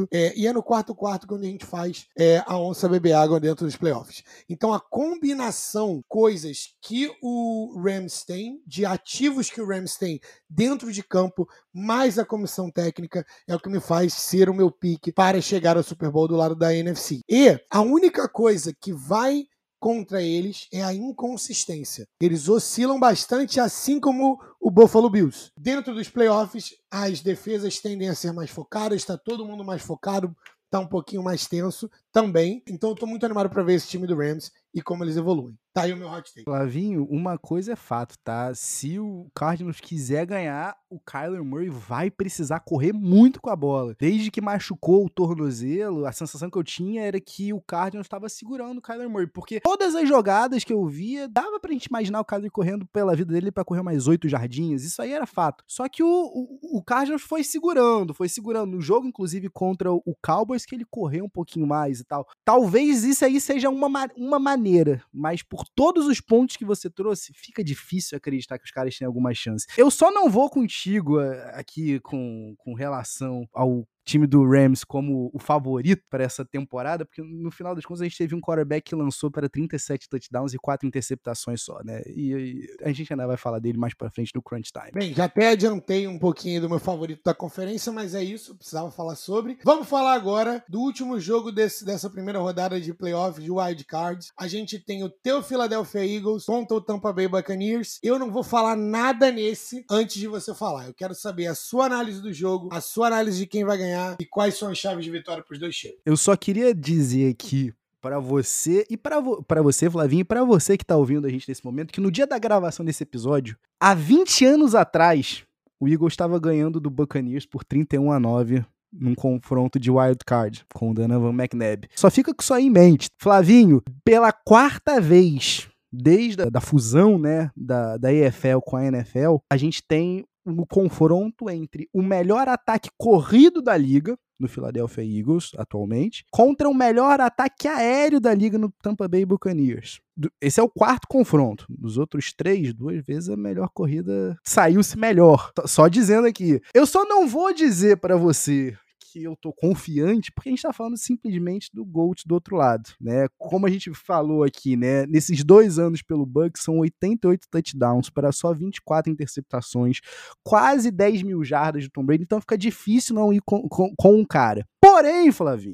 E é no quarto que a gente faz a onça beber água dentro dos playoffs. Então a combinação, coisas que o Rams tem, de ativos que o Rams tem dentro de campo, mais a comissão técnica, é o que me faz ser o meu pique para chegar ao Super Bowl do lado da NFC. E a única coisa que vai contra eles é a inconsistência. Eles oscilam bastante, assim como o Buffalo Bills. Dentro dos playoffs, as defesas tendem a ser mais focadas, está todo mundo mais focado, está um pouquinho mais tenso também. Então eu tô muito animado para ver esse time do Rams e como eles evoluem. Tá aí o meu hot take. Flavinho, uma coisa é fato, tá? Se o Cardinals quiser ganhar, o Kyler Murray vai precisar correr muito com a bola. Desde que machucou o tornozelo, a sensação que eu tinha era que o Cardinals estava segurando o Kyler Murray, porque todas as jogadas que eu via, dava pra gente imaginar o Kyler correndo pela vida dele pra correr mais 8 jardinhas, isso aí era fato. Só que o Cardinals foi segurando. No jogo, inclusive, contra o Cowboys, que ele correu um pouquinho mais e tal. Talvez isso aí seja uma maneira, mas por todos os pontos que você trouxe, fica difícil acreditar que os caras têm alguma chance. Eu só não vou contigo aqui com relação ao time do Rams como o favorito para essa temporada, porque no final das contas a gente teve um quarterback que lançou para 37 touchdowns e 4 interceptações só, né? E a gente ainda vai falar dele mais para frente no Crunch Time. Bem, já até adiantei um pouquinho do meu favorito da conferência, mas é isso, precisava falar sobre. Vamos falar agora do último jogo dessa primeira rodada de playoff de Wild Cards. A gente tem o teu Philadelphia Eagles contra o Tampa Bay Buccaneers. Eu não vou falar nada nesse antes de você falar. Eu quero saber a sua análise do jogo, a sua análise de quem vai ganhar e quais são as chaves de vitória para os dois times. Eu só queria dizer aqui para você e para você, Flavinho, e para você que tá ouvindo a gente nesse momento, que no dia da gravação desse episódio, há 20 anos atrás, o Eagles estava ganhando do Buccaneers por 31-9 num confronto de wild card com o Donovan McNabb. Só fica com isso aí em mente. Flavinho, pela 4ª vez desde a fusão, né, da EFL com a NFL, a gente tem um confronto entre o melhor ataque corrido da liga, no Philadelphia Eagles, atualmente, contra o melhor ataque aéreo da liga no Tampa Bay Buccaneers. Esse é o 4º confronto. Dos outros 3, 2 vezes a melhor corrida saiu-se melhor. Só dizendo aqui. Eu só não vou dizer pra você que eu tô confiante, porque a gente tá falando simplesmente do GOAT do outro lado, né? Como a gente falou aqui, né? Nesses 2 anos pelo Bucs, são 88 touchdowns para só 24 interceptações, quase 10 mil jardas de Tom Brady, então fica difícil não ir com um cara. Porém, Flavinho,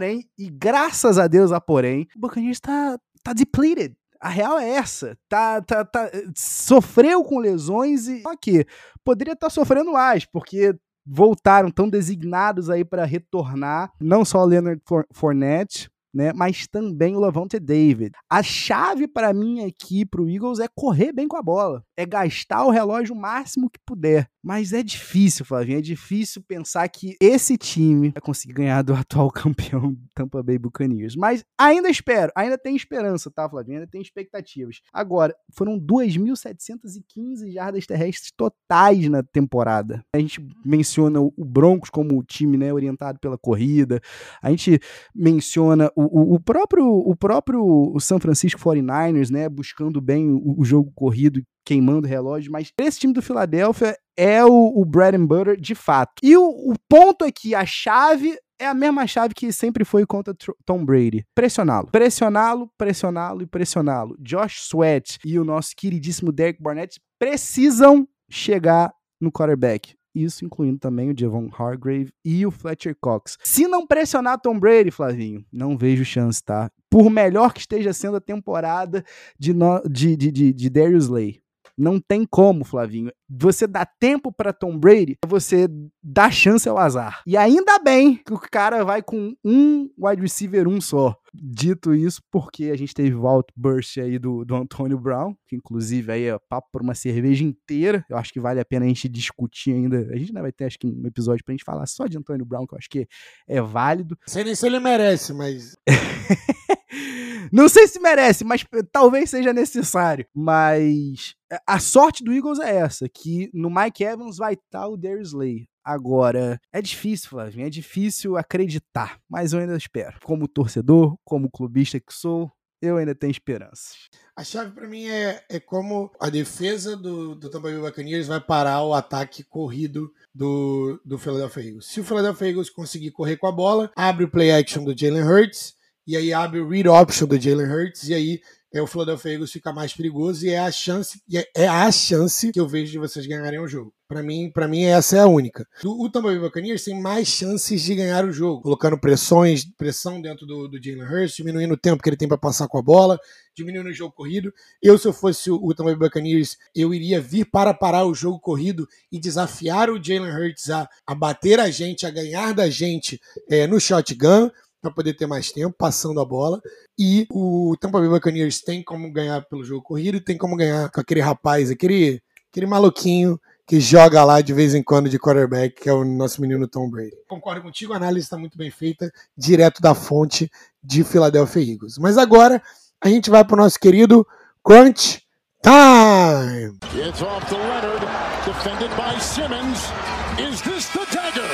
e graças a Deus o Buccaneers tá depleted. A real é essa, sofreu com lesões e só que poderia estar sofrendo mais, porque voltaram, tão designados aí para retornar, não só o Leonard Fournette, né? Mas também o Lavonte David. A chave para mim aqui pro Eagles é correr bem com a bola, é gastar o relógio o máximo que puder. Mas é difícil, Flavinho, é difícil pensar que esse time vai conseguir ganhar do atual campeão Tampa Bay Buccaneers. Mas ainda espero, ainda tem esperança, tá, Flavinho? Ainda tem expectativas. Agora, foram 2.715 jardas terrestres totais na temporada. A gente menciona o Broncos como o time, né, orientado pela corrida. A gente menciona o próprio San Francisco 49ers, né, buscando bem o jogo corrido, queimando relógio, mas esse time do Philadelphia é o bread and butter de fato. E o ponto é que a chave é a mesma chave que sempre foi contra Tom Brady. Pressioná-lo. Pressioná-lo, pressioná-lo e pressioná-lo. Josh Sweat e o nosso queridíssimo Derek Barnett precisam chegar no quarterback. Isso incluindo também o Javon Hargrave e o Fletcher Cox. Se não pressionar Tom Brady, Flavinho, não vejo chance, tá? Por melhor que esteja sendo a temporada de Darius Slay. Não tem como, Flavinho. Você dá tempo pra Tom Brady, você dá chance ao azar. E ainda bem que o cara vai com um wide receiver, um só. Dito isso, porque a gente teve o outburst aí do Antonio Brown, que inclusive aí é papo por uma cerveja inteira. Eu acho que vale a pena a gente discutir ainda. A gente ainda vai ter, acho que, um episódio pra gente falar só de Antonio Brown, que eu acho que é válido. Não sei nem se ele merece, mas... Não sei se merece, mas talvez seja necessário. Mas a sorte do Eagles é essa, que no Mike Evans vai estar o Darius Slay. Agora, é difícil, Flavinho, é difícil acreditar, mas eu ainda espero. Como torcedor, como clubista que sou, eu ainda tenho esperanças. A chave pra mim é como a defesa do Tampa Bay Buccaneers vai parar o ataque corrido do Philadelphia Eagles. Se o Philadelphia Eagles conseguir correr com a bola, abre o play action do Jalen Hurts, e aí abre o read option do Jalen Hurts, e aí o Philadelphia Eagles fica mais perigoso, e é a chance que eu vejo de vocês ganharem o jogo. Pra mim, essa é a única. O Tampa Bay Buccaneers tem mais chances de ganhar o jogo, colocando pressão dentro do Jalen Hurts, diminuindo o tempo que ele tem para passar com a bola, diminuindo o jogo corrido. Se eu fosse o Tampa Bay Buccaneers, eu iria vir para parar o jogo corrido e desafiar o Jalen Hurts a bater a gente, a ganhar da gente no shotgun, para poder ter mais tempo passando a bola. E o Tampa Bay Buccaneers tem como ganhar pelo jogo corrido e tem como ganhar com aquele rapaz, aquele maluquinho que joga lá de vez em quando de quarterback, que é o nosso menino Tom Brady. Concordo contigo, a análise está muito bem feita, direto da fonte de Philadelphia Eagles. Mas agora a gente vai para o nosso querido Crunch Time! It's off to Leonard, defended by Simmons. Is this the dagger?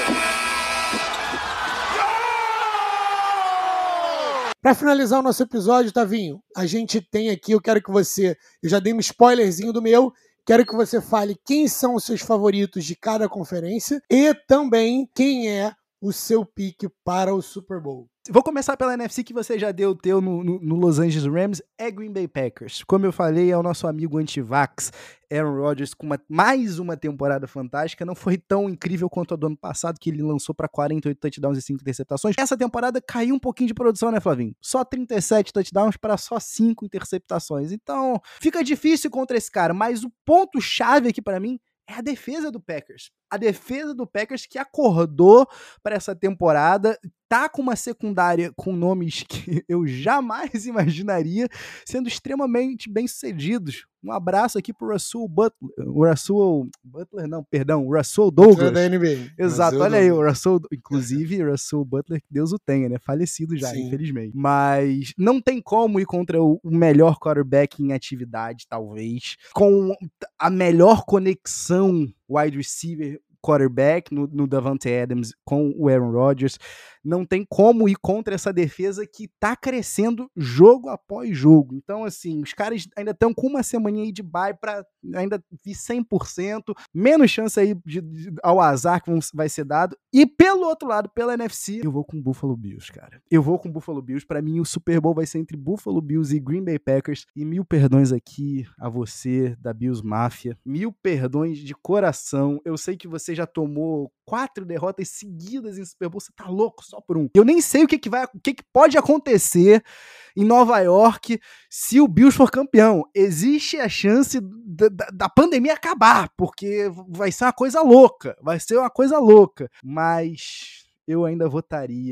Para finalizar o nosso episódio, Tavinho, a gente tem aqui, eu já dei um spoilerzinho do meu, quero que você fale quem são os seus favoritos de cada conferência e também quem é o seu pique para o Super Bowl. Vou começar pela NFC, que você já deu o teu no Los Angeles Rams, é Green Bay Packers. Como eu falei, é o nosso amigo anti-vax, Aaron Rodgers, com mais uma temporada fantástica. Não foi tão incrível quanto a do ano passado, que ele lançou para 48 touchdowns e 5 interceptações. Essa temporada caiu um pouquinho de produção, né, Flavinho? Só 37 touchdowns para só 5 interceptações. Então, fica difícil contra esse cara, mas o ponto-chave aqui para mim é a defesa do Packers. A defesa do Packers que acordou para essa temporada, tá com uma secundária com nomes que eu jamais imaginaria sendo extremamente bem-sucedidos. Um abraço aqui pro Russell Douglas. Da NBA. Exato, olha aí, o Russell, inclusive Russell Butler, que Deus o tenha, né? Falecido já, Sim. Infelizmente. Mas não tem como ir contra o melhor quarterback em atividade, talvez, com a melhor conexão wide receiver quarterback no Davante Adams com o Aaron Rodgers. Não tem como ir contra essa defesa que tá crescendo jogo após jogo. Então, assim, os caras ainda estão com uma semaninha aí de bye pra ainda vir 100%, menos chance aí ao azar que vai ser dado. E pelo outro lado, pela NFC, eu vou com o Buffalo Bills, cara. Eu vou com o Buffalo Bills. Pra mim, o Super Bowl vai ser entre Buffalo Bills e Green Bay Packers. E 1000 perdões aqui a você, da Bills Mafia. 1000 perdões de coração. Eu sei que você já tomou 4 derrotas seguidas em Super Bowl. Você tá louco só por um. Eu nem sei o que pode acontecer em Nova York se o Bills for campeão. Existe a chance da pandemia acabar, porque vai ser uma coisa louca. Vai ser uma coisa louca. Mas eu ainda votaria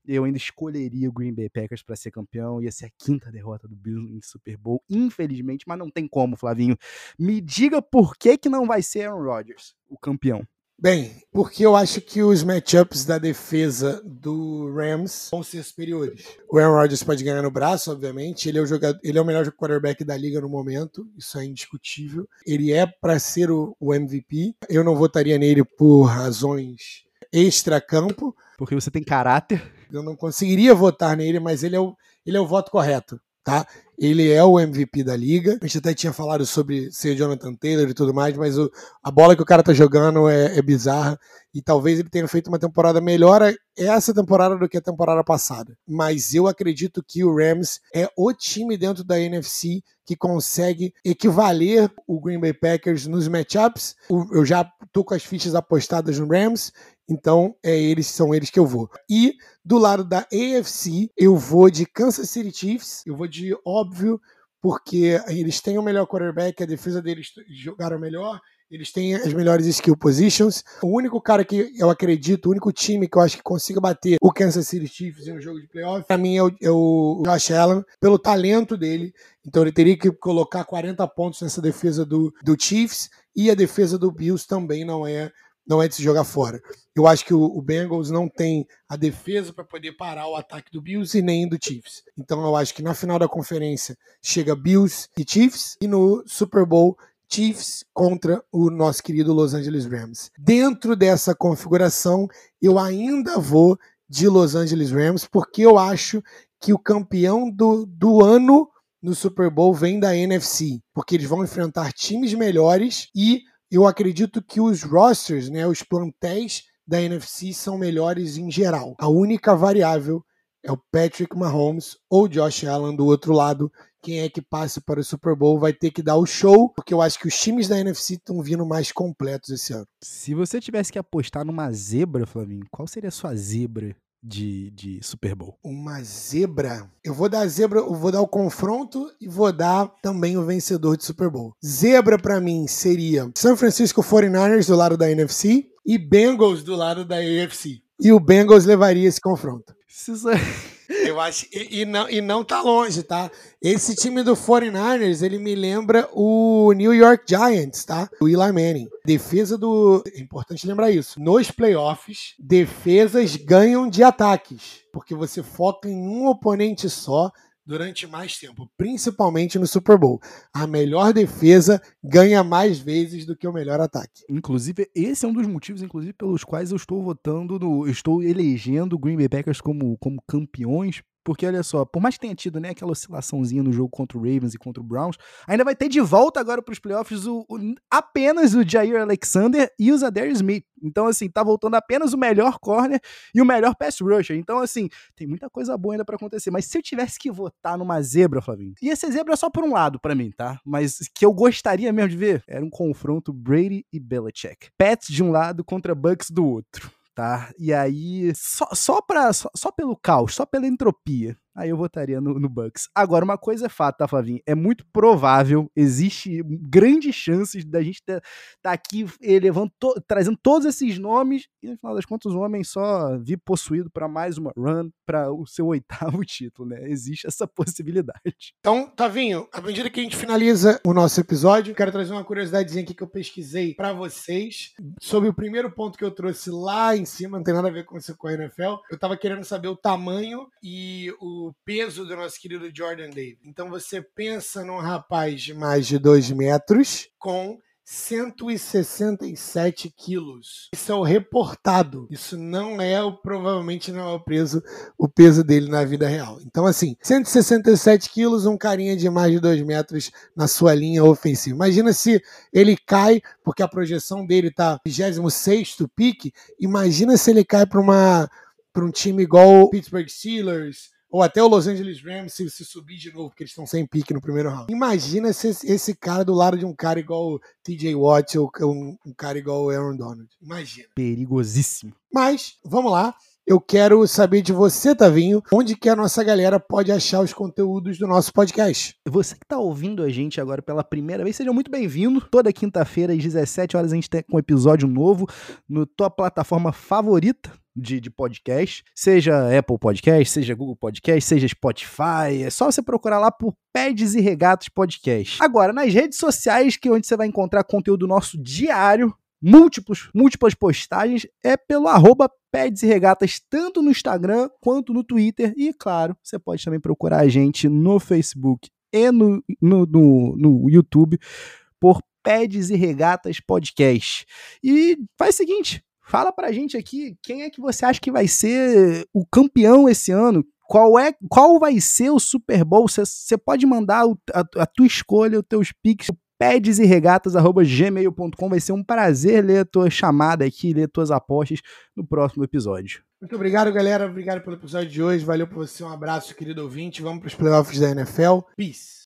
eu ainda escolheria o Green Bay Packers para ser campeão. Ia ser a 5ª derrota do Bills em Super Bowl, infelizmente, mas não tem como, Flavinho. Me diga por que não vai ser Aaron Rodgers o campeão. Bem, porque eu acho que os matchups da defesa do Rams vão ser superiores. O Aaron Rodgers pode ganhar no braço, obviamente. Ele é o melhor quarterback da liga no momento. Isso é indiscutível. Ele é para ser o MVP. Eu não votaria nele por razões extra-campo. Porque você tem caráter. Eu não conseguiria votar nele, mas ele é o voto correto. Tá? Ele é o MVP da liga. A gente até tinha falado sobre ser Jonathan Taylor e tudo mais, mas a bola que o cara tá jogando é bizarra. E talvez ele tenha feito uma temporada melhor essa temporada do que a temporada passada. Mas eu acredito que o Rams é o time dentro da NFC que consegue equivaler o Green Bay Packers nos matchups. Eu já tô com as fichas apostadas no Rams, então são eles que eu vou. E do lado da AFC, eu vou de Kansas City Chiefs, eu vou de óbvio, porque eles têm o melhor quarterback, a defesa deles jogaram melhor, eles têm as melhores skill positions. O único cara que eu acredito, o único time que eu acho que consiga bater o Kansas City Chiefs em um jogo de playoff, pra mim é o Josh Allen, pelo talento dele. Então ele teria que colocar 40 pontos nessa defesa do Chiefs, e a defesa do Bills também não é de se jogar fora. Eu acho que o Bengals não tem a defesa para poder parar o ataque do Bills e nem do Chiefs. Então eu acho que na final da conferência chega Bills e Chiefs, e no Super Bowl Chiefs contra o nosso querido Los Angeles Rams. Dentro dessa configuração, eu ainda vou de Los Angeles Rams, porque eu acho que o campeão do ano no Super Bowl vem da NFC, porque eles vão enfrentar times melhores, e eu acredito que os rosters, né, os plantéis da NFC são melhores em geral. A única variável é o Patrick Mahomes ou Josh Allen do outro lado. Quem é que passe para o Super Bowl vai ter que dar o show, porque eu acho que os times da NFC estão vindo mais completos esse ano. Se você tivesse que apostar numa zebra, Flavinho, qual seria a sua zebra de Super Bowl? Uma zebra? Eu vou dar a zebra, eu vou dar o confronto e vou dar também o vencedor de Super Bowl. Zebra pra mim seria San Francisco 49ers do lado da NFC e Bengals do lado da AFC. E o Bengals levaria esse confronto. Eu acho, e não tá longe, tá? Esse time do 49ers, ele me lembra o New York Giants, tá? O Eli Manning. É importante lembrar isso. Nos playoffs, defesas ganham de ataques, porque você foca em um oponente só durante mais tempo, principalmente no Super Bowl. A melhor defesa ganha mais vezes do que o melhor ataque. Inclusive, esse é um dos motivos, pelos quais eu estou elegendo o Green Bay Packers como campeões, porque olha só, por mais que tenha tido, né, aquela oscilaçãozinha no jogo contra o Ravens e contra o Browns, ainda vai ter de volta agora para os playoffs apenas o Jair Alexander e o Zadarius Smith. Então, assim, tá voltando apenas o melhor corner e o melhor pass rusher. Então, assim, tem muita coisa boa ainda pra acontecer. Mas se eu tivesse que votar numa zebra, Flavinho, ia ser zebra só por um lado pra mim, tá? Mas que eu gostaria mesmo de ver era um confronto Brady e Belichick. Pats de um lado contra Bucks do outro, tá? E aí, só pelo caos, só pela entropia, aí eu votaria no Bucks. Agora, uma coisa é fato, tá, Flavinho? É muito provável, existe grandes chances da gente tá aqui trazendo todos esses nomes e, no final das contas, o homem só vir possuído para mais uma run, para o seu 8º título, né? Existe essa possibilidade. Então, Tavinho, à medida que a gente finaliza o nosso episódio, quero trazer uma curiosidadezinha aqui que eu pesquisei para vocês sobre o primeiro ponto que eu trouxe lá em cima, não tem nada a ver com isso com a NFL. Eu tava querendo saber o tamanho e o peso do nosso querido Jordan Davis. Então você pensa num rapaz de mais de 2 metros com 167 quilos. Isso é o reportado. Isso provavelmente não é o peso dele na vida real. Então, assim, 167 quilos, um carinha de mais de 2 metros na sua linha ofensiva. Imagina se ele cai, porque a projeção dele tá 26º pique. Imagina se ele cai para um time igual o Pittsburgh Steelers, ou até o Los Angeles Rams, se subir de novo, porque eles estão sem pique no primeiro round. Imagina se esse cara do lado de um cara igual o TJ Watt ou um cara igual o Aaron Donald. Imagina. Perigosíssimo. Mas, vamos lá. Eu quero saber de você, Tavinho, onde que a nossa galera pode achar os conteúdos do nosso podcast. Você que está ouvindo a gente agora pela primeira vez, seja muito bem-vindo. Toda quinta-feira, às 17 horas, a gente tem um episódio novo na tua plataforma favorita, de podcast, seja Apple Podcast, seja Google Podcast, seja Spotify, é só você procurar lá por Pads e Regatas Podcast. Agora, nas redes sociais, que é onde você vai encontrar conteúdo nosso diário, múltiplas postagens, é pelo @Pads e Regatas, tanto no Instagram quanto no Twitter, e claro, você pode também procurar a gente no Facebook e no YouTube por Pads e Regatas Podcast. E faz o seguinte, fala pra gente aqui, quem é que você acha que vai ser o campeão esse ano? Qual vai ser o Super Bowl? Você pode mandar a tua escolha, os teus picks, padsregatas@gmail.com. Vai ser um prazer ler a tua chamada aqui, ler tuas apostas no próximo episódio. Muito obrigado, galera. Obrigado pelo episódio de hoje. Valeu por você. Um abraço, querido ouvinte. Vamos para os playoffs da NFL. Peace.